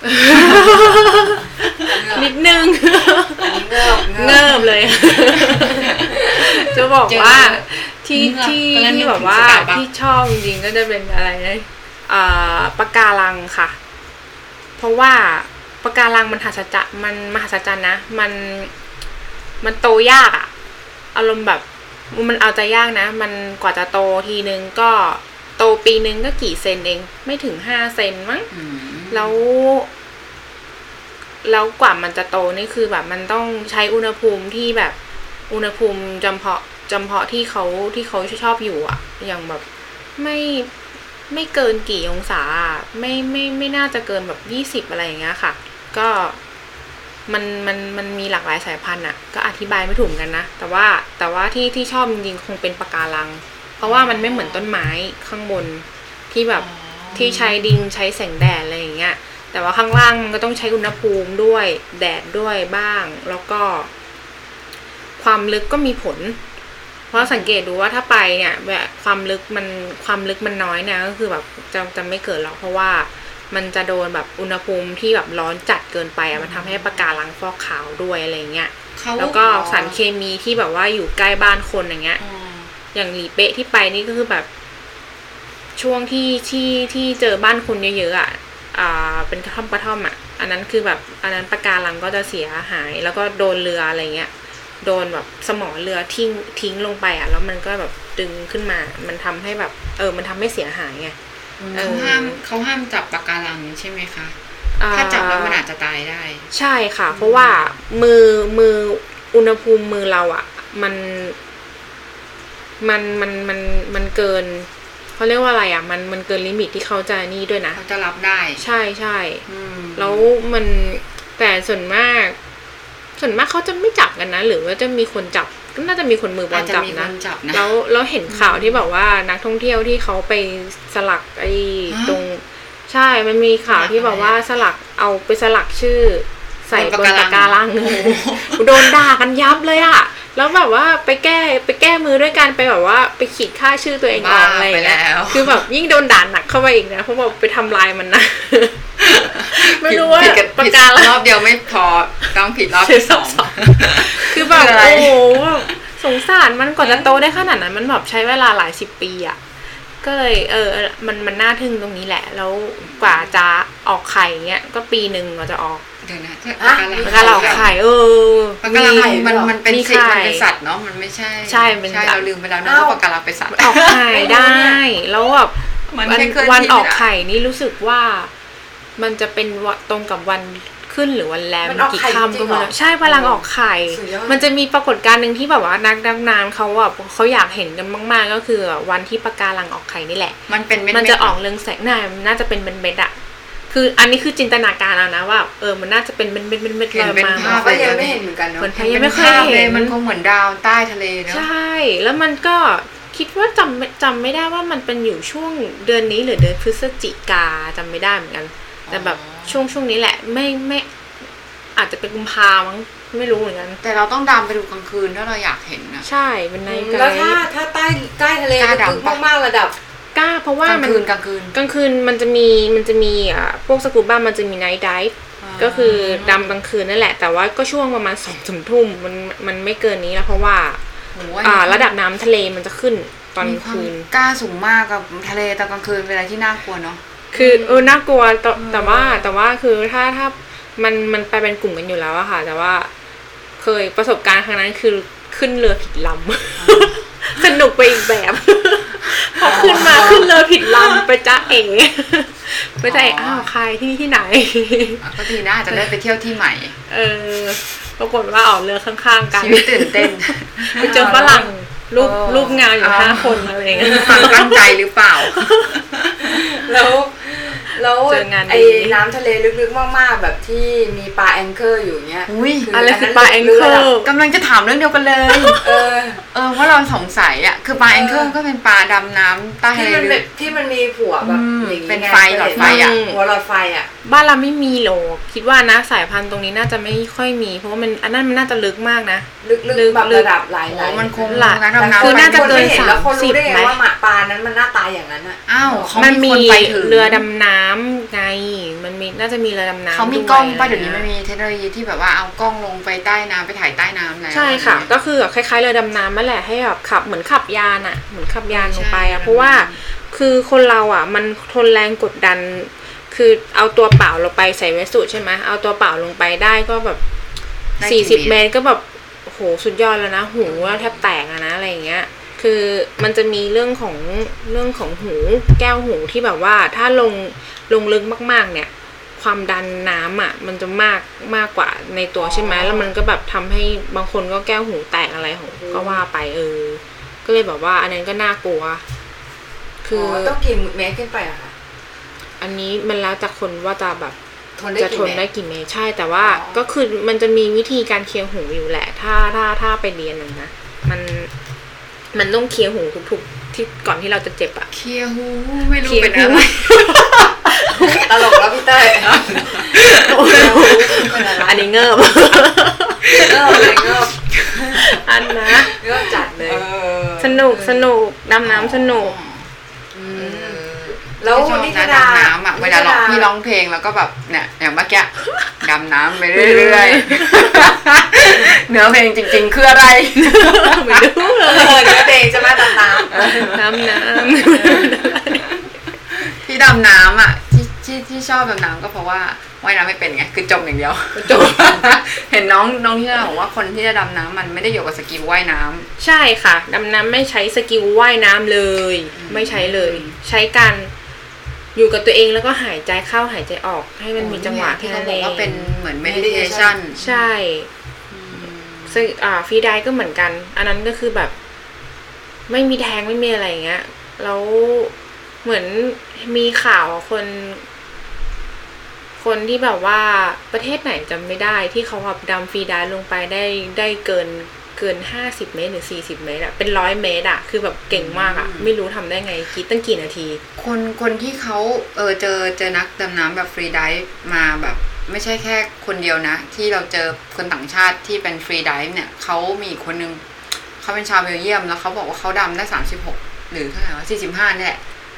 นิดนึงเงิบเลยจะบอกว่าที่แบบว่าที่ชอบจริงๆก็จะเป็นอะไรนะปะการังค่ะเพราะว่าปะการังมันมหัศจรรย์นะมันโตยากอ่ะอารมณ์แบบมันเอาใจยากนะมันกว่าจะโตทีนึงก็โตปีนึงก็กี่เซนเองไม่ถึง5 เซนมั้งแล้วกว่ามันจะโตนี่คือแบบมันต้องใช้อุณหภูมิที่แบบอุณหภูมิจำเพาะที่เขาชอบอยู่อ่ะอย่างแบบไม่เกินกี่องศาไม่น่าจะเกินแบบ20อะไรอย่างเงี้ยค่ะก็มันมีหลากหลายสายพันธุ์อ่ะก็อธิบายไม่ถูกกันนะแต่ว่าที่ชอบจริงๆคงเป็นปะการังเพราะว่ามันไม่เหมือนต้นไม้ข้างบนที่แบบที่ใช้ดินใช้แสงแดดอะไรอย่างเงี้ยแต่ว่าข้างล่างมันก็ต้องใช้อุณหภูมิด้วยแดดด้วยบ้างแล้วก็ความลึกก็มีผลเพราะสังเกตดูว่าถ้าไปเนี่ยแบบความลึกมันน้อยเนี่ยก็คือแบบจะไม่เกิดหรอกเพราะว่ามันจะโดนแบบอุณหภูมิที่แบบร้อนจัดเกินไปมันทำให้ปะการังฟอกขาวด้วยอะไรเงี้ยแล้วก็สารเคมีที่แบบว่าอยู่ใกล้บ้านคนอย่างเงี้ยอย่างหลีเป๊ะที่ไปนี่ก็คือแบบช่วงที่เจอบ้านคนเยอะๆเป็นกระท่อมอ่ะอันนั้นคือแบบอันนั้นปะการังก็จะเสียหายแล้วก็โดนเรืออะไรเงี้ยโดนแบบสมอเรือทิ้งลงไปแล้วมันก็แบบดึงขึ้นมามันทำให้แบบมันทำให้เสียหายไงเขาห้ามจับปะการังใช่ไหมคะถ้าจับแล้วมันอาจจะตายได้ใช่ค่ะเพราะว่ามืออุณหภูมิมือเราอ่ะมันเกินเขาเรียกว่าอะไรอ่ะมันเกินลิมิตที่เขาจะนี่ด้วยนะเขาจะรับได้ใช่แล้วมันแต่ส่วนมากเขาจะไม่จับกันนะหรือว่าจะมีคนจับก็น่าจะมีคนมือบอลจับนะแล้วเห็นข่าวที่แบบว่านักท่องเที่ยวที่เขาไปสลักไอ้ตรงใช่มันมีข่าวที่แบบว่าสลักเอาไปสลักชื่อใส่บนปะการังโดนด่ากันยับเลยอ่ะแล้วแบบว่าไปแก้มือด้วยกันไปแบบว่าไปขีดค่าชื่อตัวเองออกอะไรอย่างเงี้ยคือแบบยิ่งโดนด่าหนักเข้าไปอีกนะเพราะแบบไปทำลายมันนะไม่รู้ว่าปะการังรอบเดียวไม่พอต้องผิดรอบที่2 คือแบบโอ้โหสงสารมันก่อนจะโตได้ขนาดนั้นมันแบบใช้เวลาหลาย10 ปีอ่ะก็เลยมันน่าทึ่งตรงนี้แหละแล้วกว่าจะออกไข่เงี้ยก็ปีนึงกว่าจะออกเดี๋ยวนะปะการังไข่ปะการังมันเป็นสัตว์เนาะมันไม่ใช่เราลืมไปแล้วนะว่าปะการังเป็นสัตว์ออกไข่ได้แล้วแบบวันออกไข่นี่รู้สึกว่ามันจะเป็นตรงกับวันขึ้นหรือวันแรมกี่ค่ำก็ไม่รู้ใช่พลังออกไข่มันจะมีปรากฏการณ์นึงที่แบบว่านักดำน้ำเขาอยากเห็นกันมากๆก็คือวันที่ปะการังออกไข่นี่แหละมันจะออกเรืองแสงน่าจะเป็นเม็ดๆอ่ะคืออันนี้คือจินตนาการเอานะว่ามันน่าจะเป็นเม็ดลอยมาก็ยังไม่เห็นเหมือนกันเนาะยังไม่เคยเห็นมันคงเหมือนดาวใต้ทะเลเนาะใช่แล้วมันก็คิดว่าจำไม่ได้ว่ามันเป็นอยู่ช่วงเดือนนี้หรือเดือนพฤศจิกาจำไม่ได้เหมือนกันแต่แบบช่วงนี้แหละไม่อาจจะเป็นกุมภามั้งไม่รู้เหมือนกันแต่เราต้องดำไปดูกลางคืนถ้าเราอยากเห็นนะใช่เป็นไนท์ไกด์แล้วถ้าใต้ทะเลลึกมากๆระดับกล้าเพราะว่ากลางคืนมันจะมีพวกสกูบ้ามันจะมีไนท์ไดฟ์ก็คือดำกลางคืนนั่นแหละแต่ว่าก็ช่วงประมาณ2-3 ทุ่มมันไม่เกินนี้แล้วเพราะว่าระดับน้ำทะเลมันจะขึ้นตอนคืนกล้าสูงมากกับทะเลตอนกลางคืนเป็นอะไรที่น่ากลัวเนาะคือน่ากลัวแต่ว่าคือถ้ามันไปเป็นกลุ่มกันอยู่แล้วอะค่ะแต่ว่าเคยประสบการณ์ครั้งนั้นคือขึ้นเรือผิดลำสนุกไปอีกแบบพอขึ้นเรือผิดลำไปจ้าเอ๋อ้าวใครที่ไหนก็ดีนะจะได้ไปเที่ยวที่ใหม่ปรากฏว่าออกเรือข้างๆกันชีวิตตื่นเต้นไปเจอฝรั่งรูปงานอยู่5 คนอะไรอย่างเงี้ยตั้งใจหรือเปล่าแล้วไอ้น้ำทะเลลึกๆมากๆแบบที่มีปลาแองเกอร์อยู่เงี้ยอะไรคือปลาแองเกอร์กำลังจะถามเรื่องเดียวกันเลยเพราะเราสงสัยอ่ะคือปลาแองเกอร์ก็เป็นปลาดำน้ำใต้ทะเลลึกที่มันมีผัวแบบอย่างเงี้ยเป็นไฟหลอดไฟอ่ะหัวหลอดไฟอ่ะบ้านเราไม่มีหรอกคิดว่านะสายพันธุ์ตรงนี้น่าจะไม่ค่อยมีเพราะว่ามันอันนั้นมันน่าจะลึกมากนะลึกแบบระดับหลายมันคงหลักคือน่าจะเกิน 30แล้วคนรู้ได้ไงว่าหมาปลานั้นมันหน้าตาอย่างนั้นอ่ะมันมีเรือดำน้ำไงมันมีน่าจะมีเรือดำน้ำเขามีกล้องป่ะเดี๋ยวนี้มันมีเทคโนโลยีที่แบบว่าเอากล้องลงไปใต้น้ำไปถ่ายใต้น้ำแล้วใช่ค่ะก็คือคล้ายๆเรือดำน้ำนั่นแหละให้แบบขับเหมือนขับยานอ่ะเหมือนขับยานลงไปอ่ะเพราะว่าคือคนเราอ่ะมันทนแรงกดดันคือเอาตัวเปล่าลงไปใส่เวสสูทใช่ไหมเอาตัวเปล่าลงไปได้ก็แบบ40 เมตรก็แบบโหสุดยอดแล้วนะหูว่าแทบแตกนะอะไรอย่างเงี้ยคือมันจะมีเรื่องของหูแก้วหูที่แบบว่าถ้าลงลึกมากๆเนี่ยความดันน้ำอ่ะมันจะมากกว่าในตัวใช่ไหมแล้วมันก็แบบทำให้บางคนก็แก้วหูแตกอะไรของก็ว่าไปก็เลยแบบว่าอันนั้นก็น่ากลัวคือต้องกี่เมตรขึ้นไปอะคะอันนี้มันแล้วแต่คนว่าจะแบบจะทนได้กี่เมตรใช่แต่ว่าก็คือมันจะมีวิธีการเคลียร์หูอยู่แหละถ้าไปเรียนนะมันต้องเคลียร์หูทุกๆที่ก่อนที่เราจะเจ็บอะเคลียร์หูไม่รู้เป็นอะไรตลกแล้วพี่เต้ยอันนี้เงิบอันนะเงิบจัดเลยสนุกดำน้ำสนุกแล้วนิทานดำน้ำอ่ะเวลาพี่ร้องเพลงแล้วก็แบบเนี่ยอย่างเมื่อกี้ดำน้ำไปเรื่อยๆเนื้อเพลงจริงๆคืออะไรไม่รู้เลยเนื้อเพลงจะมาดำน้ำที่ดำน้ำอ่ะที่ชอบดำน้ำก็เพราะว่าว่ายน้ำไม่เป็นไงคือจมอย่างเดียวจมเห็นน้องที่เราบอกว่าคนที่จะดำน้ำมันไม่ได้อยู่กับสกิลว่ายน้ำใช่ค่ะดำน้ำไม่ใช้สกิลว่ายน้ำเลยไม่ใช้เลยใช้การอยู่กับตัวเองแล้วก็หายใจเข้าหายใจออกให้มันมีจังหวะที่เขาบอกว่าเป็นเหมือน meditation ใช่ซึ่งฟรีไดฟ์ก็เหมือนกันอันนั้นก็คือแบบไม่มีแทงไม่มีอะไรอย่างเงี้ยแล้วเหมือนมีข่าวคนที่แบบว่าประเทศไหนจำไม่ได้ที่เขาแบบดำฟรีไดฟ์ลงไปได้เกิน50 เมตรหรือ40 เมตรอะเป็น100 เมตรอะคือแบบเก่งมากอะไม่รู้ทำได้ไงคิดตั้งกี่นาทีคนที่เขาเจอนักดำน้ำแบบฟรีไดฟ์มาแบบไม่ใช่แค่คนเดียวนะที่เราเจอคนต่างชาติที่เป็นฟรีไดฟ์เนี่ยเขามีอีกคนนึงเขาเป็นชาวเบลเยียมแล้วเขาบอกว่าเขาดำได้36หรือเท่าไหร่วะ45นี่แหละ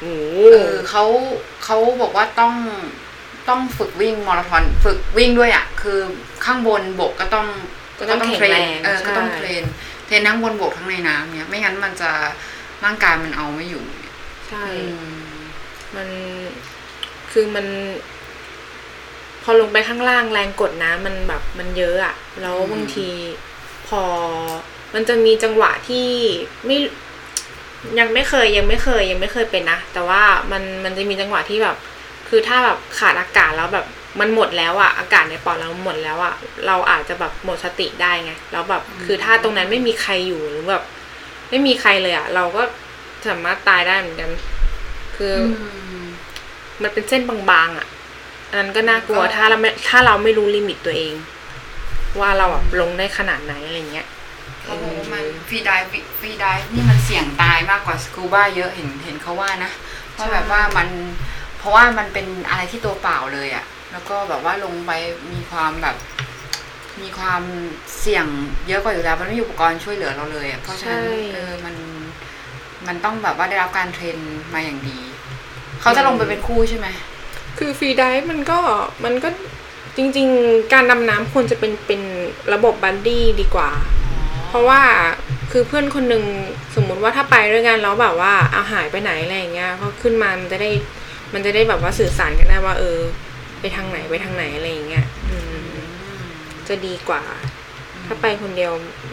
เขาบอกว่าต้องฝึกวิ่งมาราธอนฝึกวิ่งด้วยอ่ะคือข้างบนบกก็ต้องเทรนก็ต้องเทรนทั้งบนบกทั้งในน้ำเนี่ยไม่งั้นมันจะร่างกายมันเอาไม่อยู่ใช่มันคือมันพอลงไปข้างล่างแรงกดน้ำมันแบบมันเยอะอ่ะแล้วบางทีพอมันจะมีจังหวะที่ยังไม่เคยเป็นนะแต่ว่ามันจะมีจังหวะที่แบบคือถ้าแบบขาดอากาศแล้วแบบมันหมดแล้วอ่ะอากาศในปอดเราหมดแล้วอ่ะเราอาจจะแบบหมดสติได้ไงแล้วแบบคือถ้าตรงนั้นไม่มีใครอยู่หรือแบบไม่มีใครเลยอ่ะเราก็สามารถตายได้เหมือนกันคือมันเป็นเส้นบางๆอ่ะอันนั้นก็น่ากลัวถ้าเราไม่รู้ลิมิตตัวเองว่าเราแบบลงได้ขนาดไหนอะไรเงี้ยเขาบอกว่ามันฟรีไดฟ์นี่มันเสี่ยงตายมากกว่าสกูบ้าเยอะเห็นเขาว่านะเพราะแบบว่ามันเพราะว่ามันเป็นอะไรที่ตัวเปล่าเลยอ่ะแล้วก็แบบว่าลงไปมีความเสี่ยงเยอะกว่าอยู่แล้วมันไม่มีอุปกรณ์ช่วยเหลือเราเลยอ่ะเพราะฉะนั้นมันต้องแบบว่าได้รับการเทรนมาอย่างดีเขาจะลงไปเป็นคู่ใช่ไหมคือฟรีไดฟ์มันก็จริงๆการดำน้ำควรจะเป็นระบบบัดดี้ดีกว่าเพราะว่าคือเพื่อนคนนึงสมมุติว่าถ้าไปด้วยกันแล้วแบบว่าเอาหายไปไหนอะไรอย่างเงี้ยเขาขึ้นมามันจะได้แบบว่าสื่อสารกันได้ว่าไปทางไหนอะไรอย่างเงี้ยจะดีกว่าถ้าไปคนเดียว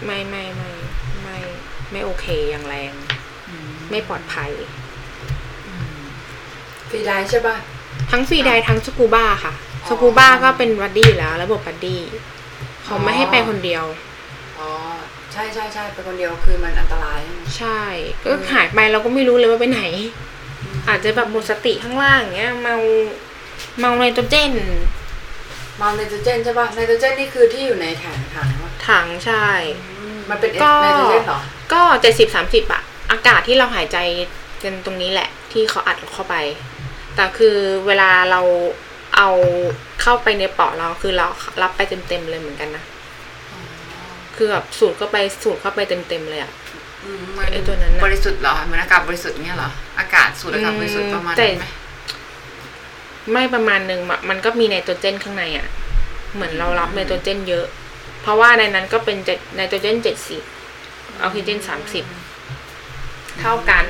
ไม่โอเคอย่างแรงไม่ปลอดภัยฟรีไดฟ์ใช่ป่ะทั้งฟรีไดฟ์ทั้งสกูบ้าค่ะสกูบ้าก็เป็นบัดดี้แล้วระบบบัดดี้เขาไม่ให้ไปคนเดียวใช่ไปคนเดียวคือมันอันตรายใช่ก็หายไปเราก็ไม่รู้เลยว่าไปไหนอาจจะแบบหมดสติข้างล่างอย่างเงี้ยเมาไนโตรเจนใช่ป่ะไนโตรเจนนี่คือที่อยู่ในถังใช่มันเป็นไนโตรเจนเหรอก็70-30อะอากาศที่เราหายใจกันตรงนี้แหละที่เขาอัดเข้าไปแต่คือเวลาเราเอาเข้าไปในปอดเราคือเรารับไปเต็มๆเลยเหมือนกันนะคือแบบสูดเข้าไปเต็มๆเลยอะไอตัวนั้นบริสุทธิ์เหรอเหมือนอากาศบริสุทธิ์เงี้ยเหรออากาศสูดอากาศบริสุทธิ์ประมาณนั้นไหมไม่ประมาณนึงมันก็มีไนโตรเจนข้างในอ่ะเหมือนเรารับไนโตรเจนเยอะเพราะว่าในนั้นก็เป็นไนโตรเจน70ออกซิเจน30เท่ากัน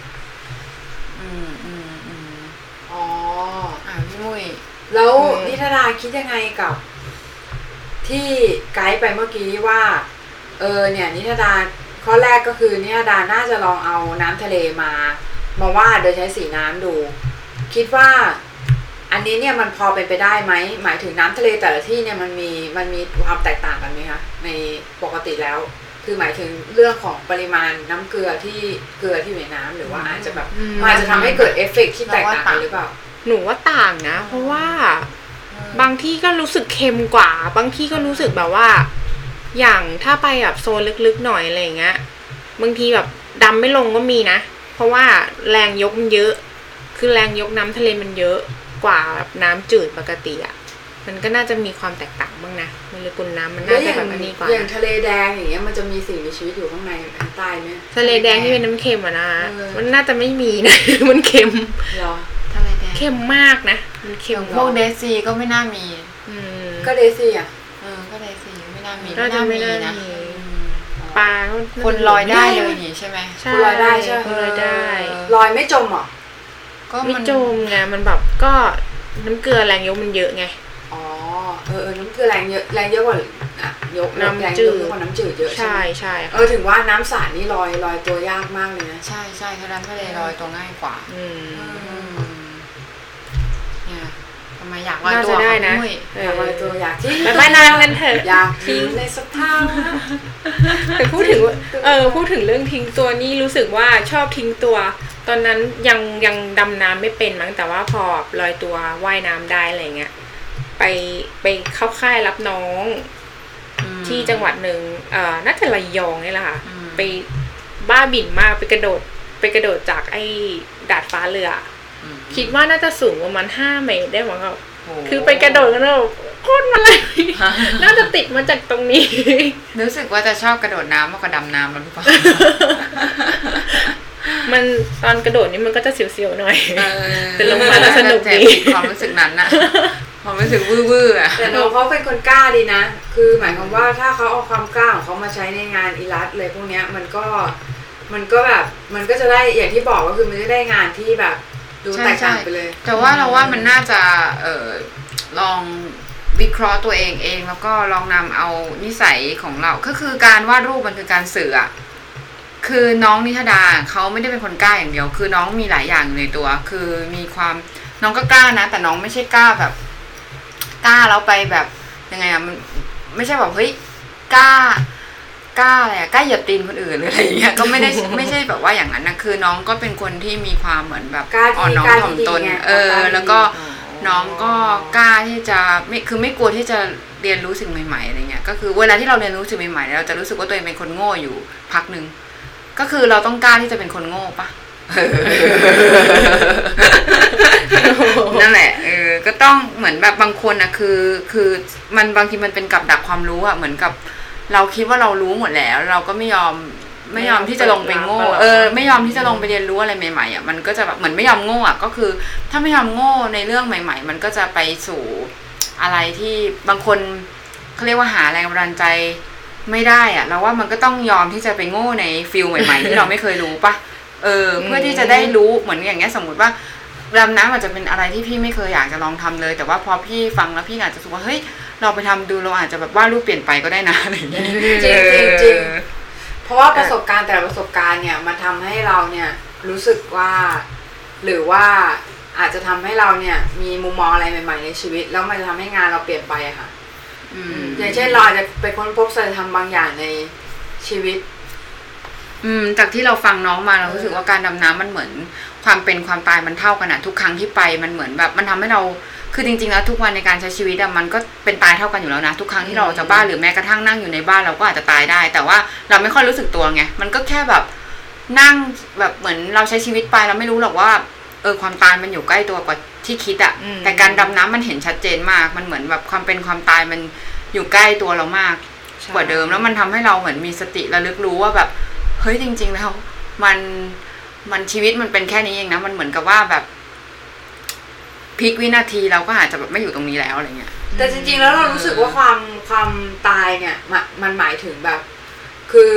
พี่มุ้ยแล้วนิธดาคิดยังไงกับที่ไกด์ไปเมื่อกี้ว่าเนี่ยนิธดาข้อแรกก็คือนิธดาน่าจะลองเอาน้ำทะเลมาวาดโดยใช้สีน้ำดูคิดว่าอันนี้เนี่ยมันพอเป็นไปได้ไหมหมายถึงน้ำทะเลแต่ละที่เนี่ยมันมีความแตกต่างกันไหมคะในปกติแล้วคือหมายถึงเรื่องของปริมาณน้ำเกลือที่อยู่ในน้ำหรือว่าอาจจะแบบอาจจะทำให้เกิดเอฟเฟกต์ที่แตกต่างกันหรือเปล่าหนูว่าต่างนะเพราะว่าบางที่ก็รู้สึกเค็มกว่าบางที่ก็รู้สึกแบบว่าอย่างถ้าไปแบบโซนลึกๆหน่อยอะไรอย่างเงี้ยบางทีแบบดำไม่ลงก็มีนะเพราะว่าแรงยกมันเยอะคือแรงยกน้ำทะเลมันเยอะกว่าแบบน้ำจืดปกติอ่ะมันก็น่าจะมีความแตกต่างบ้างนะโมเลกุลน้ำมันน่าจะแบบอันนี้กว่าอย่างทะเลแดงอย่างเงี้ยมันจะมีสิ่งมีชีวิตอยู่ข้างในข้างใต้ไหมทะเลแดงที่เป็นน้ำเค็มอ่ะนะมันน่าจะไม่มีนะ มันเค็มเหรอทะเลแดงเค็มมากนะมันเค็มพวกเดซีก็ไม่น่ามีก็เดซีอ่ะก็เดซีไม่น่ามีไม่น่ามีนะปลาคนลอยได้เลยนี่ใช่ไหมคนลอยได้ใช่คนลอยได้ลอยไม่จมหรอก็ไม่จมไงมันแบบก็น้ำเกลือแรงยกมันเยอะไงอ๋อน้ำเกลือแรงเยอะกว่ายกน้ำจืดกว่าน้ำจืดเยอะใช่ใช่ถึงว่าน้ำสาดนี่ลอยตัวยากมากเลยนะใช่ใช่เพราะน้ำทะเลลอยตัวง่ายกว่าเนี่ยทำไมอยากลอยตัวได้นะอยากลอยตัวอยากที่ไปนานกันเถอะอยากทิ้งในสภาพแต่พูดถึงเรื่องทิ้งตัวนี่รู้สึกว่าชอบทิ้งตัวตอนนั้นยังดำน้ำไม่เป็นมั้งแต่ว่าพอลอยตัวว่ายน้ำได้อะไรเงี้ยไปเข้าค่ายรับน้องที่จังหวัดหนึ่งน่าจะระยองนี่แหละค่ะไปบ้าบิ่นมากไปกระโดดจากไอ้ดาดฟ้าเรือคิดว่าน่าจะสูงประมาณ5 เมตรได้มั้งครับคือไปกระโดดกันแล้วโคตรมาเลยน่าจะติดมาจากตรงนี้รู้สึกว่าจะชอบกระโดดน้ำมากกว่าดำน้ำหรือเปล่ามันตอนกระโดดนี่มันก็จะเสียวๆหน่อยแต่ลงมาแล้วสนุกดีความรู้สึกนั้นนะความรู้สึกวื้อๆอ่ะแต่น้องเขาเป็นคนกล้าดีนะคือหมายความว่าถ้าเขาเอาความกล้าของเขามาใช้ในงานอีลัสเลยพวกเนี้ยมันก็แบบมันก็จะได้อย่างที่บอกก็คือมันจะได้งานที่แบบดูแตกต่างไปเลยแต่ว่าเราว่ามันน่าจะลองวิเคราะห์ตัวเองแล้วก็ลองนำเอานิสัยของเราก็คือการวาดรูปมันคือการสื่ออ่ะคือน้องนิธดาเขาไม่ได้เป็นคนกล้าอย่างเดียวคือน้องมีหลายอย่างอยู่ในตัวคือมีความน้องก็กล้านะแต่น้องไม่ใช่กล้าแบบกล้าแล้วไปแบบยังไงอะมันไม่ใช่แบบเฮ้ยกล้าอะไรอะกล้าเหยียบตีนคนอื่นหรืออะไรอย่างเงี้ยก็ไม่ใช่แบบว่าอย่างนั้นนะคือน้องก็เป็นคนที่มีความเหมือนแบบอ่อนน้อมถ่อมตนแล้วก็น้องก็กล้าที่จะไม่กลัวที่จะเรียนรู้สิ่งใหม่ๆอะไรเงี้ยก็คือเวลาที่เราเรียนรู้สิ่งใหม่ๆเราจะรู้สึกว่าตัวเองเป็นคนโง่อยู่พักนึงก็คือเราต้องกล้าที่จะเป็นคนโง่ปะนั่นแหละก็ต้องเหมือนแบบบางคนนะคือมันบางทีมันเป็นกับดักความรู้อะเหมือนกับเราคิดว่าเรารู้หมดแล้วเราก็ไม่ยอมที่จะลงไปโง่ไม่ยอมที่จะลงไปเรียนรู้อะไรใหม่ๆอะมันก็จะแบบเหมือนไม่ยอมโง่อะก็คือถ้าไม่ยอมโง่ในเรื่องใหม่ๆมันก็จะไปสู่อะไรที่บางคนเขาเรียกว่าหาแรงบันดาลใจไม่ได้อะเราว่ามันก็ต้องยอมที่จะไปโง่ในฟิลใหม่ๆที่เราไม่เคยรู้ปะเพื่อที่จะได้รู้เหมือนอย่างเงี้ยสมมติว่าดำน้ำอาจจะเป็นอะไรที่พี่ไม่เคยอยากจะลองทำเลยแต่ว่าพอพี่ฟังแล้วพี่อาจจะรู้สึกว่าเฮ้ยเราไปทำดูเราอาจจะแบบว่ารูปเปลี่ยนไปก็ได้นะอะไรอย่างเงี้ยจริงเพราะว่าประสบการณ์แต่ละประสบการณ์เนี่ยมันทำให้เราเนี่ยรู้สึกว่าหรือว่าอาจจะทำให้เราเนี่ยมีมุมมองอะไรใหม่ๆในชีวิตแล้วมันจะทำให้งานเราเปลี่ยนไปอะค่ะอย่างเช่นเราอาจจะไปค้นพบสัจธรรมบางอย่างในชีวิตจากที่เราฟังน้องมาเรารู้สึกว่าการดำน้ำมันเหมือนความเป็นความตายมันเท่ากันอะทุกครั้งที่ไปมันเหมือนแบบมันทำให้เราคือจริงๆแล้วทุกวันในการใช้ชีวิตอะมันก็เป็นตายเท่ากันอยู่แล้วนะทุกครั้งที่เราออกจากบ้านหรือแม้กระทั่งนั่งอยู่ในบ้านเราก็อาจจะตายได้แต่ว่าเราไม่ค่อยรู้สึกตัวไงมันก็แค่แบบนั่งแบบเหมือนเราใช้ชีวิตไปเราไม่รู้หรอกว่าความตายมันอยู่ใกล้ตัวกว่าที่คิดอะแต่การดำน้ำมันเห็นชัดเจนมากมันเหมือนแบบความเป็นความตายมันอยู่ใกล้ตัวเรามากกว่าเดิมแล้วมันทำให้เราเหมือนมีสติระลึกรู้ว่าแบบเฮ้ยจริงๆแล้วมันชีวิตมันเป็นแค่นี้เองนะมันเหมือนกับว่าแบบพลิกวินาทีเราก็อาจจะแบบไม่อยู่ตรงนี้แล้วอะไรเงี้ยแต่จริงๆแล้วเรารู้สึกว่าความตายเนี่ยมันหมายถึงแบบคือ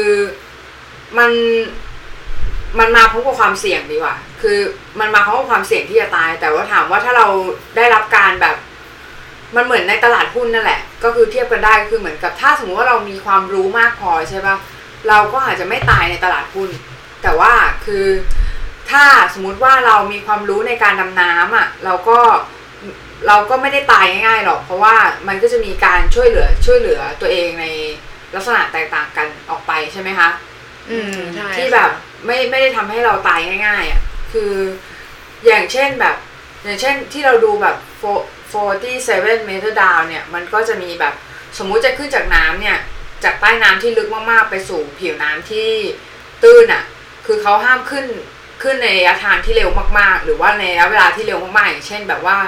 มันมาพร้อมกับความเสี่ยงดีกว่าคือมันมาพร้อมกับความเสี่ยงที่จะตายแต่ว่าถามว่าถ้าเราได้รับการแบบมันเหมือนในตลาดหุ้นนั่นแหละก็คือเทียบกันได้ก็คือเหมือนกับถ้าสมมติว่าเรามีความรู้มากพอใช่ป่ะเราก็อาจจะไม่ตายในตลาดหุ้นแต่ว่าคือถ้าสมมุติว่าเรามีความรู้ในการดำน้ำอ่ะเราก็ไม่ได้ตายง่ายๆหรอกเพราะว่ามันก็จะมีการช่วยเหลือตัวเองในลักษณะแตกต่างกันออกไปใช่ไหมคะที่แบบไม่ได้ทำให้เราตายง่ายๆอ่ะคืออย่างเช่นที่เราดูแบบ 47 เมตรดาวเนี่ยมันก็จะมีแบบสมมุติจะขึ้นจากน้ำเนี่ยจากใต้น้ำที่ลึกมากๆไปสู่ผิวน้ำที่ตื้นอ่ะคือเขาห้ามขึ้นในระยะทางที่เร็วมากๆหรือว่าในระยะเวลาที่เร็วมากๆอย่างเช่นแบบว่า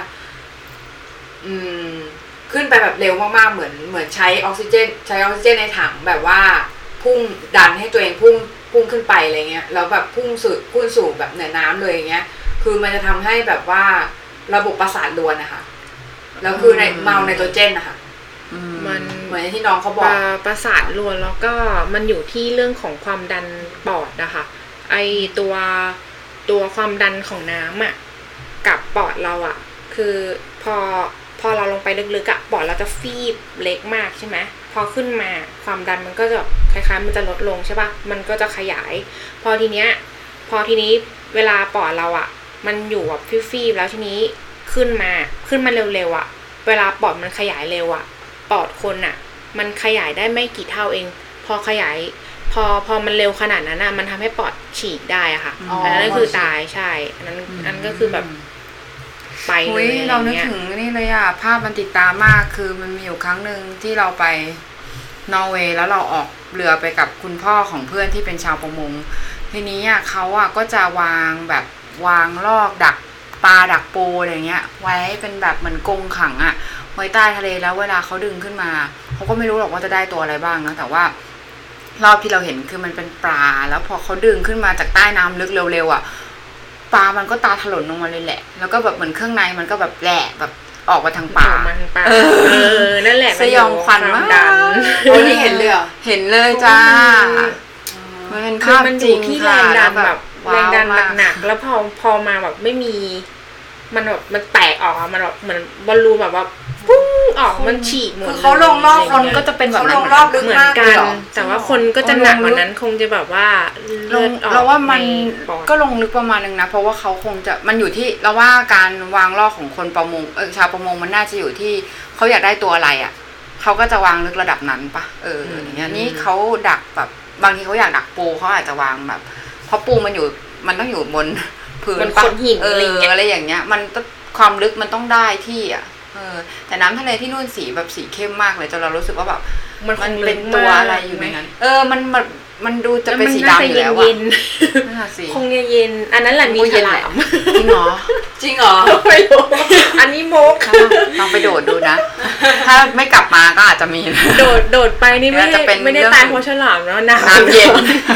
ขึ้นไปแบบเร็วมากๆเหมือนใช้ออกซิเจนในถังแบบว่าพุ่งดันให้ตัวเองพุ่งขึ้นไปอะไรเงี้ยแล้วแบบพุ่งสู่แบบเหนือน้ำเลยอย่างเงี้ยคือมันจะทำให้แบบว่าระบบประสาทรวนนะคะแล้วคือในเมาไนโตรเจนนะคะมันเหมือนที่น้องเขาบอกประสาทรวนแล้วก็มันอยู่ที่เรื่องของความดันปอดนะคะไอตัวความดันของน้ำอ่ะกับปอดเราอ่ะคือพอเราลงไปลึกๆอ่ะปอดเราจะฟีบเล็กมากใช่ไหมพอขึ้นมาความดันมันก็จะคล้ายๆมันจะลดลงใช่ป่ะมันก็จะขยายพอทีนี้เวลาปอดเราอ่ะมันอยู่แบบฟีบๆแล้วทีนี้ขึ้นมาเร็วๆอ่ะเวลาปอดมันขยายเร็วอ่ะปอดคนอ่ะมันขยายได้ไม่กี่เท่าเองพอขยายพอมันเร็วขนาดนั้นอ่ะมันทำให้ปอดฉีกได้อ่ะค่ะอันนั้นก็คือตายใช่อันนั้นก็คือแบบไปเลยเรานึกถึงนี่เลยอ่ะภาพมันติดตามากคือมันมีอยู่ครั้งหนึ่งที่เราไปนอร์เวย์แล้วเราออกเรือไปกับคุณพ่อของเพื่อนที่เป็นชาวประมงทีนี้อ่ะเขาอ่ะก็จะวางลอกดักปลาดักปูอะไรเงี้ยไว้เป็นแบบเหมือนกรงขังอ่ะไว้ใต้ทะเลแล้วเวลาเขาดึงขึ้นมาเขาก็ไม่รู้หรอกว่าจะได้ตัวอะไรบ้างนะแต่ว่ารอบที่เราเห็นคือมันเป็นปลาแล้วพอเขาดึงขึ้นมาจากใต้น้ำลึกเร็วๆอ่ะปลามันก็ตาถลนลงมาเลยแหละแล้วก็แบบเหมือนเครื่องในมันก็แบบแหละแบบออกมาทางปากนั่นแหละสยองขวัญมากวันนี้เห็นเลยเหรอเห็นเลยจ้ามันเป็นภาพจริงที่แรงดันแบบแรงดันหนักๆแล้วพอมาแบบไม่มีมันแบบมันแตกออกมันแบบเหมือนบอลลูนแบบว่าปุ้งออกมันฉีกหมดคือเขาลงรอบคนก็จะเป็นแบบลงรอบลึกมากเลยแต่ว่าคนก็จะหนักกว่านั้นคงจะแบบว่าลงเราว่ามันก็ลงลึกประมาณนึงนะเพราะว่าเขาคงจะมันอยู่ที่เราว่าการวางรอบของคนประมงชาวประมงมันน่าจะอยู่ที่เขาอยากได้ตัวอะไรอ่ะเขาก็จะวางลึกระดับนั้นปะอย่างเงี้ยนี่เขาดักแบบบางทีเขาอยากดักปูเขาอาจจะวางแบบเพราะปูมันต้องอยู่บนพื้นปะอะไรอย่างเงี้ยมันความลึกมันต้องได้ที่อ่ะแต่น้ำทะเลที่นู่นสีแบบสีเข้มมากเลยจนเรารู้สึกว่าแบบมันเป็นตัวอะไรอยู่ในนั้นมันดูจะเป็นสีดำอยู่แล้วอ่ะคงเย็นอันนั้นแหละมีฉลามจริงเหรอไม่รู้อันนี้โมกลองไปโดดดูนะถ้าไม่กลับมาก็อาจจะมีโดดไปนี่ไม่ได้ตายเพราะฉลามแล้วน้ำเย็น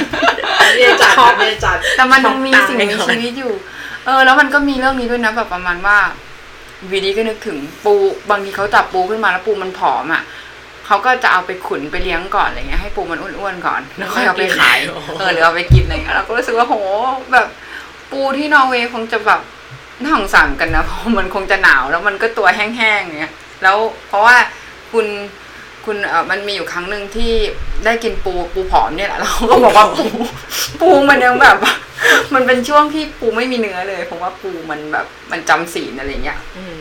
จัดแต่มันมีสิ่งมีชีวิตอยู่แล้วมันก็มีเรื่องนี้ด้วยนะแบบประมาณว่าวีดีก็นึกถึงปูบางทีเขาจับปูขึ้นมาแล้วปูมันผอมอ่ะเขาก็จะเอาไปขุนไปเลี้ยงก่อนอะไรเงี้ยให้ปูมันอ้วนๆก่อนแล้วค่อยเอาไปขายหรือเอาไปกินอะไรเงี้ยเราก็รู้สึกว่าโหแบบปูที่นอร์เวย์คงจะแบบน่าสงสารกันนะเพราะมันคงจะหนาวแล้วมันก็ตัวแห้งๆเงี้ยแล้วเพราะว่าคุณมันมีอยู่ครั้งนึงที่ได้กินปูผอมเนี่ยแหละเราก็บอกว่าปูมันยังแบบมันเป็นช่วงที่ปูไม่มีเนื้อเลยเพราะว่าปูมันแบบมันจำศีลอะไรเงี้ย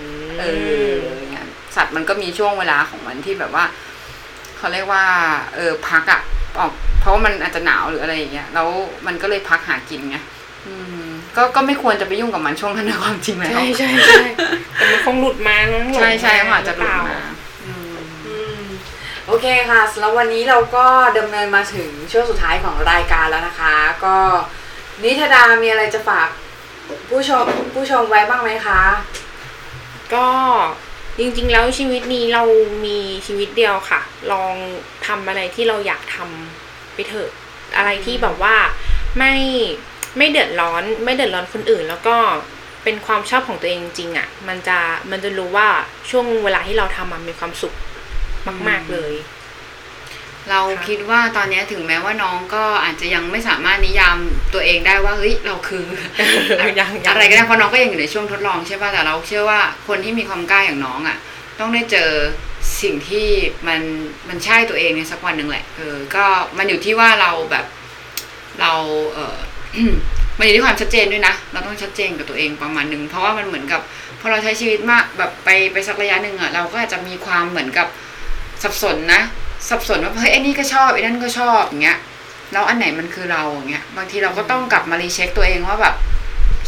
สัตว์มันก็มีช่วงเวลาของมันที่แบบว่าเขาเรียกว่าพักอ่ะออกเพราะว่ามันอาจจะหนาวหรืออะไรอย่างเงี้ยแล้วมันก็เลยพักหากินไงก็ไม่ควรจะไปยุ่งกับมันช่วงนั้นในความจริงแล้วใช่แต่มันคงหลุดมาใช่อาจจะหลุดมาโอเคค่ะแล้ววันนี้เราก็ดำเนินมาถึงช่วงสุดท้ายของรายการแล้วนะคะก็นิธดามีอะไรจะฝากผู้ชมไว้บ้างไหมคะก็จริงๆแล้วชีวิตนี้เรามีชีวิตเดียวค่ะลองทำอะไรที่เราอยากทำไปเถอะอะไรที่แบบว่าไม่เดือดร้อนคนอื่นแล้วก็เป็นความชอบของตัวเองจริงๆอ่ะมันจะรู้ว่าช่วงเวลาที่เราทำมันมีความสุขมากๆเลยเราคิดว่าตอนนี้ถึงแม้ว่าน้องก็อาจจะยังไม่สามารถนิยามตัวเองได้ว่าเฮ้ยเราคืออะไรก็ได้เพราะน้องก็ยังอยู่ในช่วงทดลองใช่ป่ะแต่เราเชื่อว่าคนที่มีความกล้าอย่างน้องอ่ะต้องได้เจอสิ่งที่มันใช่ตัวเองในสักวันหนึ่งแหละก็มันอยู่ที่ว่าเราแบบเรามันอยู่ที่ความชัดเจนด้วยนะเราต้องชัดเจนกับตัวเองประมาณนึงเพราะว่ามันเหมือนกับพอเราใช้ชีวิตมากแบบไปสักระยะนึงอ่ะเราก็อาจจะมีความเหมือนกับสับสนว่าเฮ้ยไอ้นี่ก็ชอบไอ้นั่นก็ชอบอย่างเงี้ยแล้วอันไหนมันคือเราอย่างเงี้ยบางทีเราก็ต้องกลับมารีเช็คตัวเองว่าแบบ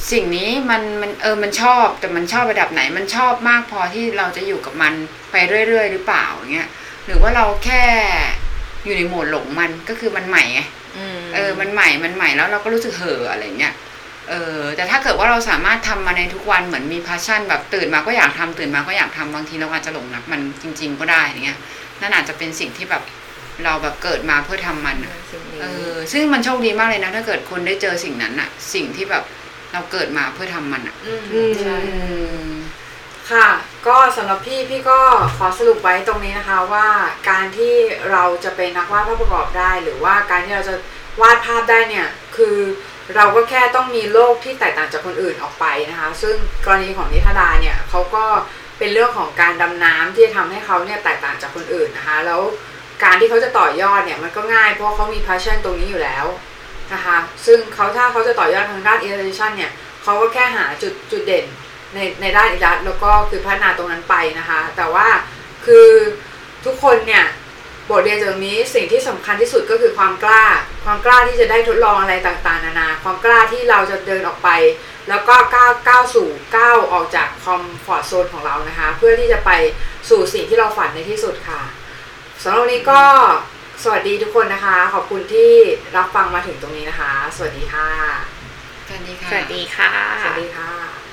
สิ่งนี้มันชอบแต่มันชอบระดับไหนมันชอบมากพอที่เราจะอยู่กับมันไปเรื่อยๆหรือเปล่าอย่างเงี้ยหรือว่าเราแค่อยู่ในโหมดหลงมันก็คือมันใหม่ไงมันใหม่แล้วเราก็รู้สึกเห่ออะไรเงี้ยแต่ถ้าเกิดว่าเราสามารถทำมาในทุกวันเหมือนมี passion แบบตื่นมาก็อยากทำตื่นมาก็อยากทำบางทีเราอาจจะหลงรักมันจริงๆก็ได้อย่างเงี้ยนั่นอาจจะเป็นสิ่งที่แบบเราแบบเกิดมาเพื่อทำมันซึ่งมันโชคดีมากเลยนะถ้าเกิดคนได้เจอสิ่งนั้นอะสิ่งที่แบบเราเกิดมาเพื่อทำมันอะใช่ค่ะก็สำหรับพี่ก็ขอสรุปไว้ตรงนี้นะคะว่าการที่เราจะเป็นนักวาดภาพประกอบได้หรือว่าการที่เราจะวาดภาพได้เนี่ยคือเราก็แค่ต้องมีโลกที่แตกต่างจากคนอื่นออกไปนะคะซึ่งกรณีของนิธดาเนี่ยเขาก็เป็นเรื่องของการดำน้ำที่จะทำให้เขาเนี่ยแตกต่างจากคนอื่นนะคะแล้วการที่เขาจะต่อยอดเนี่ยมันก็ง่ายเพราะเขามี passion ตรงนี้อยู่แล้วนะคะซึ่งถ้าเขาจะต่อยอดทางด้าน illustration เนี่ยเขาก็แค่หาจุดเด่นในด้าน illustration แล้วก็คือพัฒนาตรงนั้นไปนะคะแต่ว่าคือทุกคนเนี่ยบทเรียนจากนี้สิ่งที่สำคัญที่สุดก็คือความกล้าที่จะได้ทดลองอะไรต่างๆนานาความกล้าที่เราจะเดินออกไปแล้วก็ก้าวออกจากคอมฟอร์ตโซนของเรานะคะเพื่อที่จะไปสู่สิ่งที่เราฝันในที่สุดค่ะสำหรับวันนี้ก็สวัสดีทุกคนนะคะขอบคุณที่รับฟังมาถึงตรงนี้นะคะสวัสดีค่ะสวัสดีค่ะสวัสดีค่ะสวัสดีค่ะ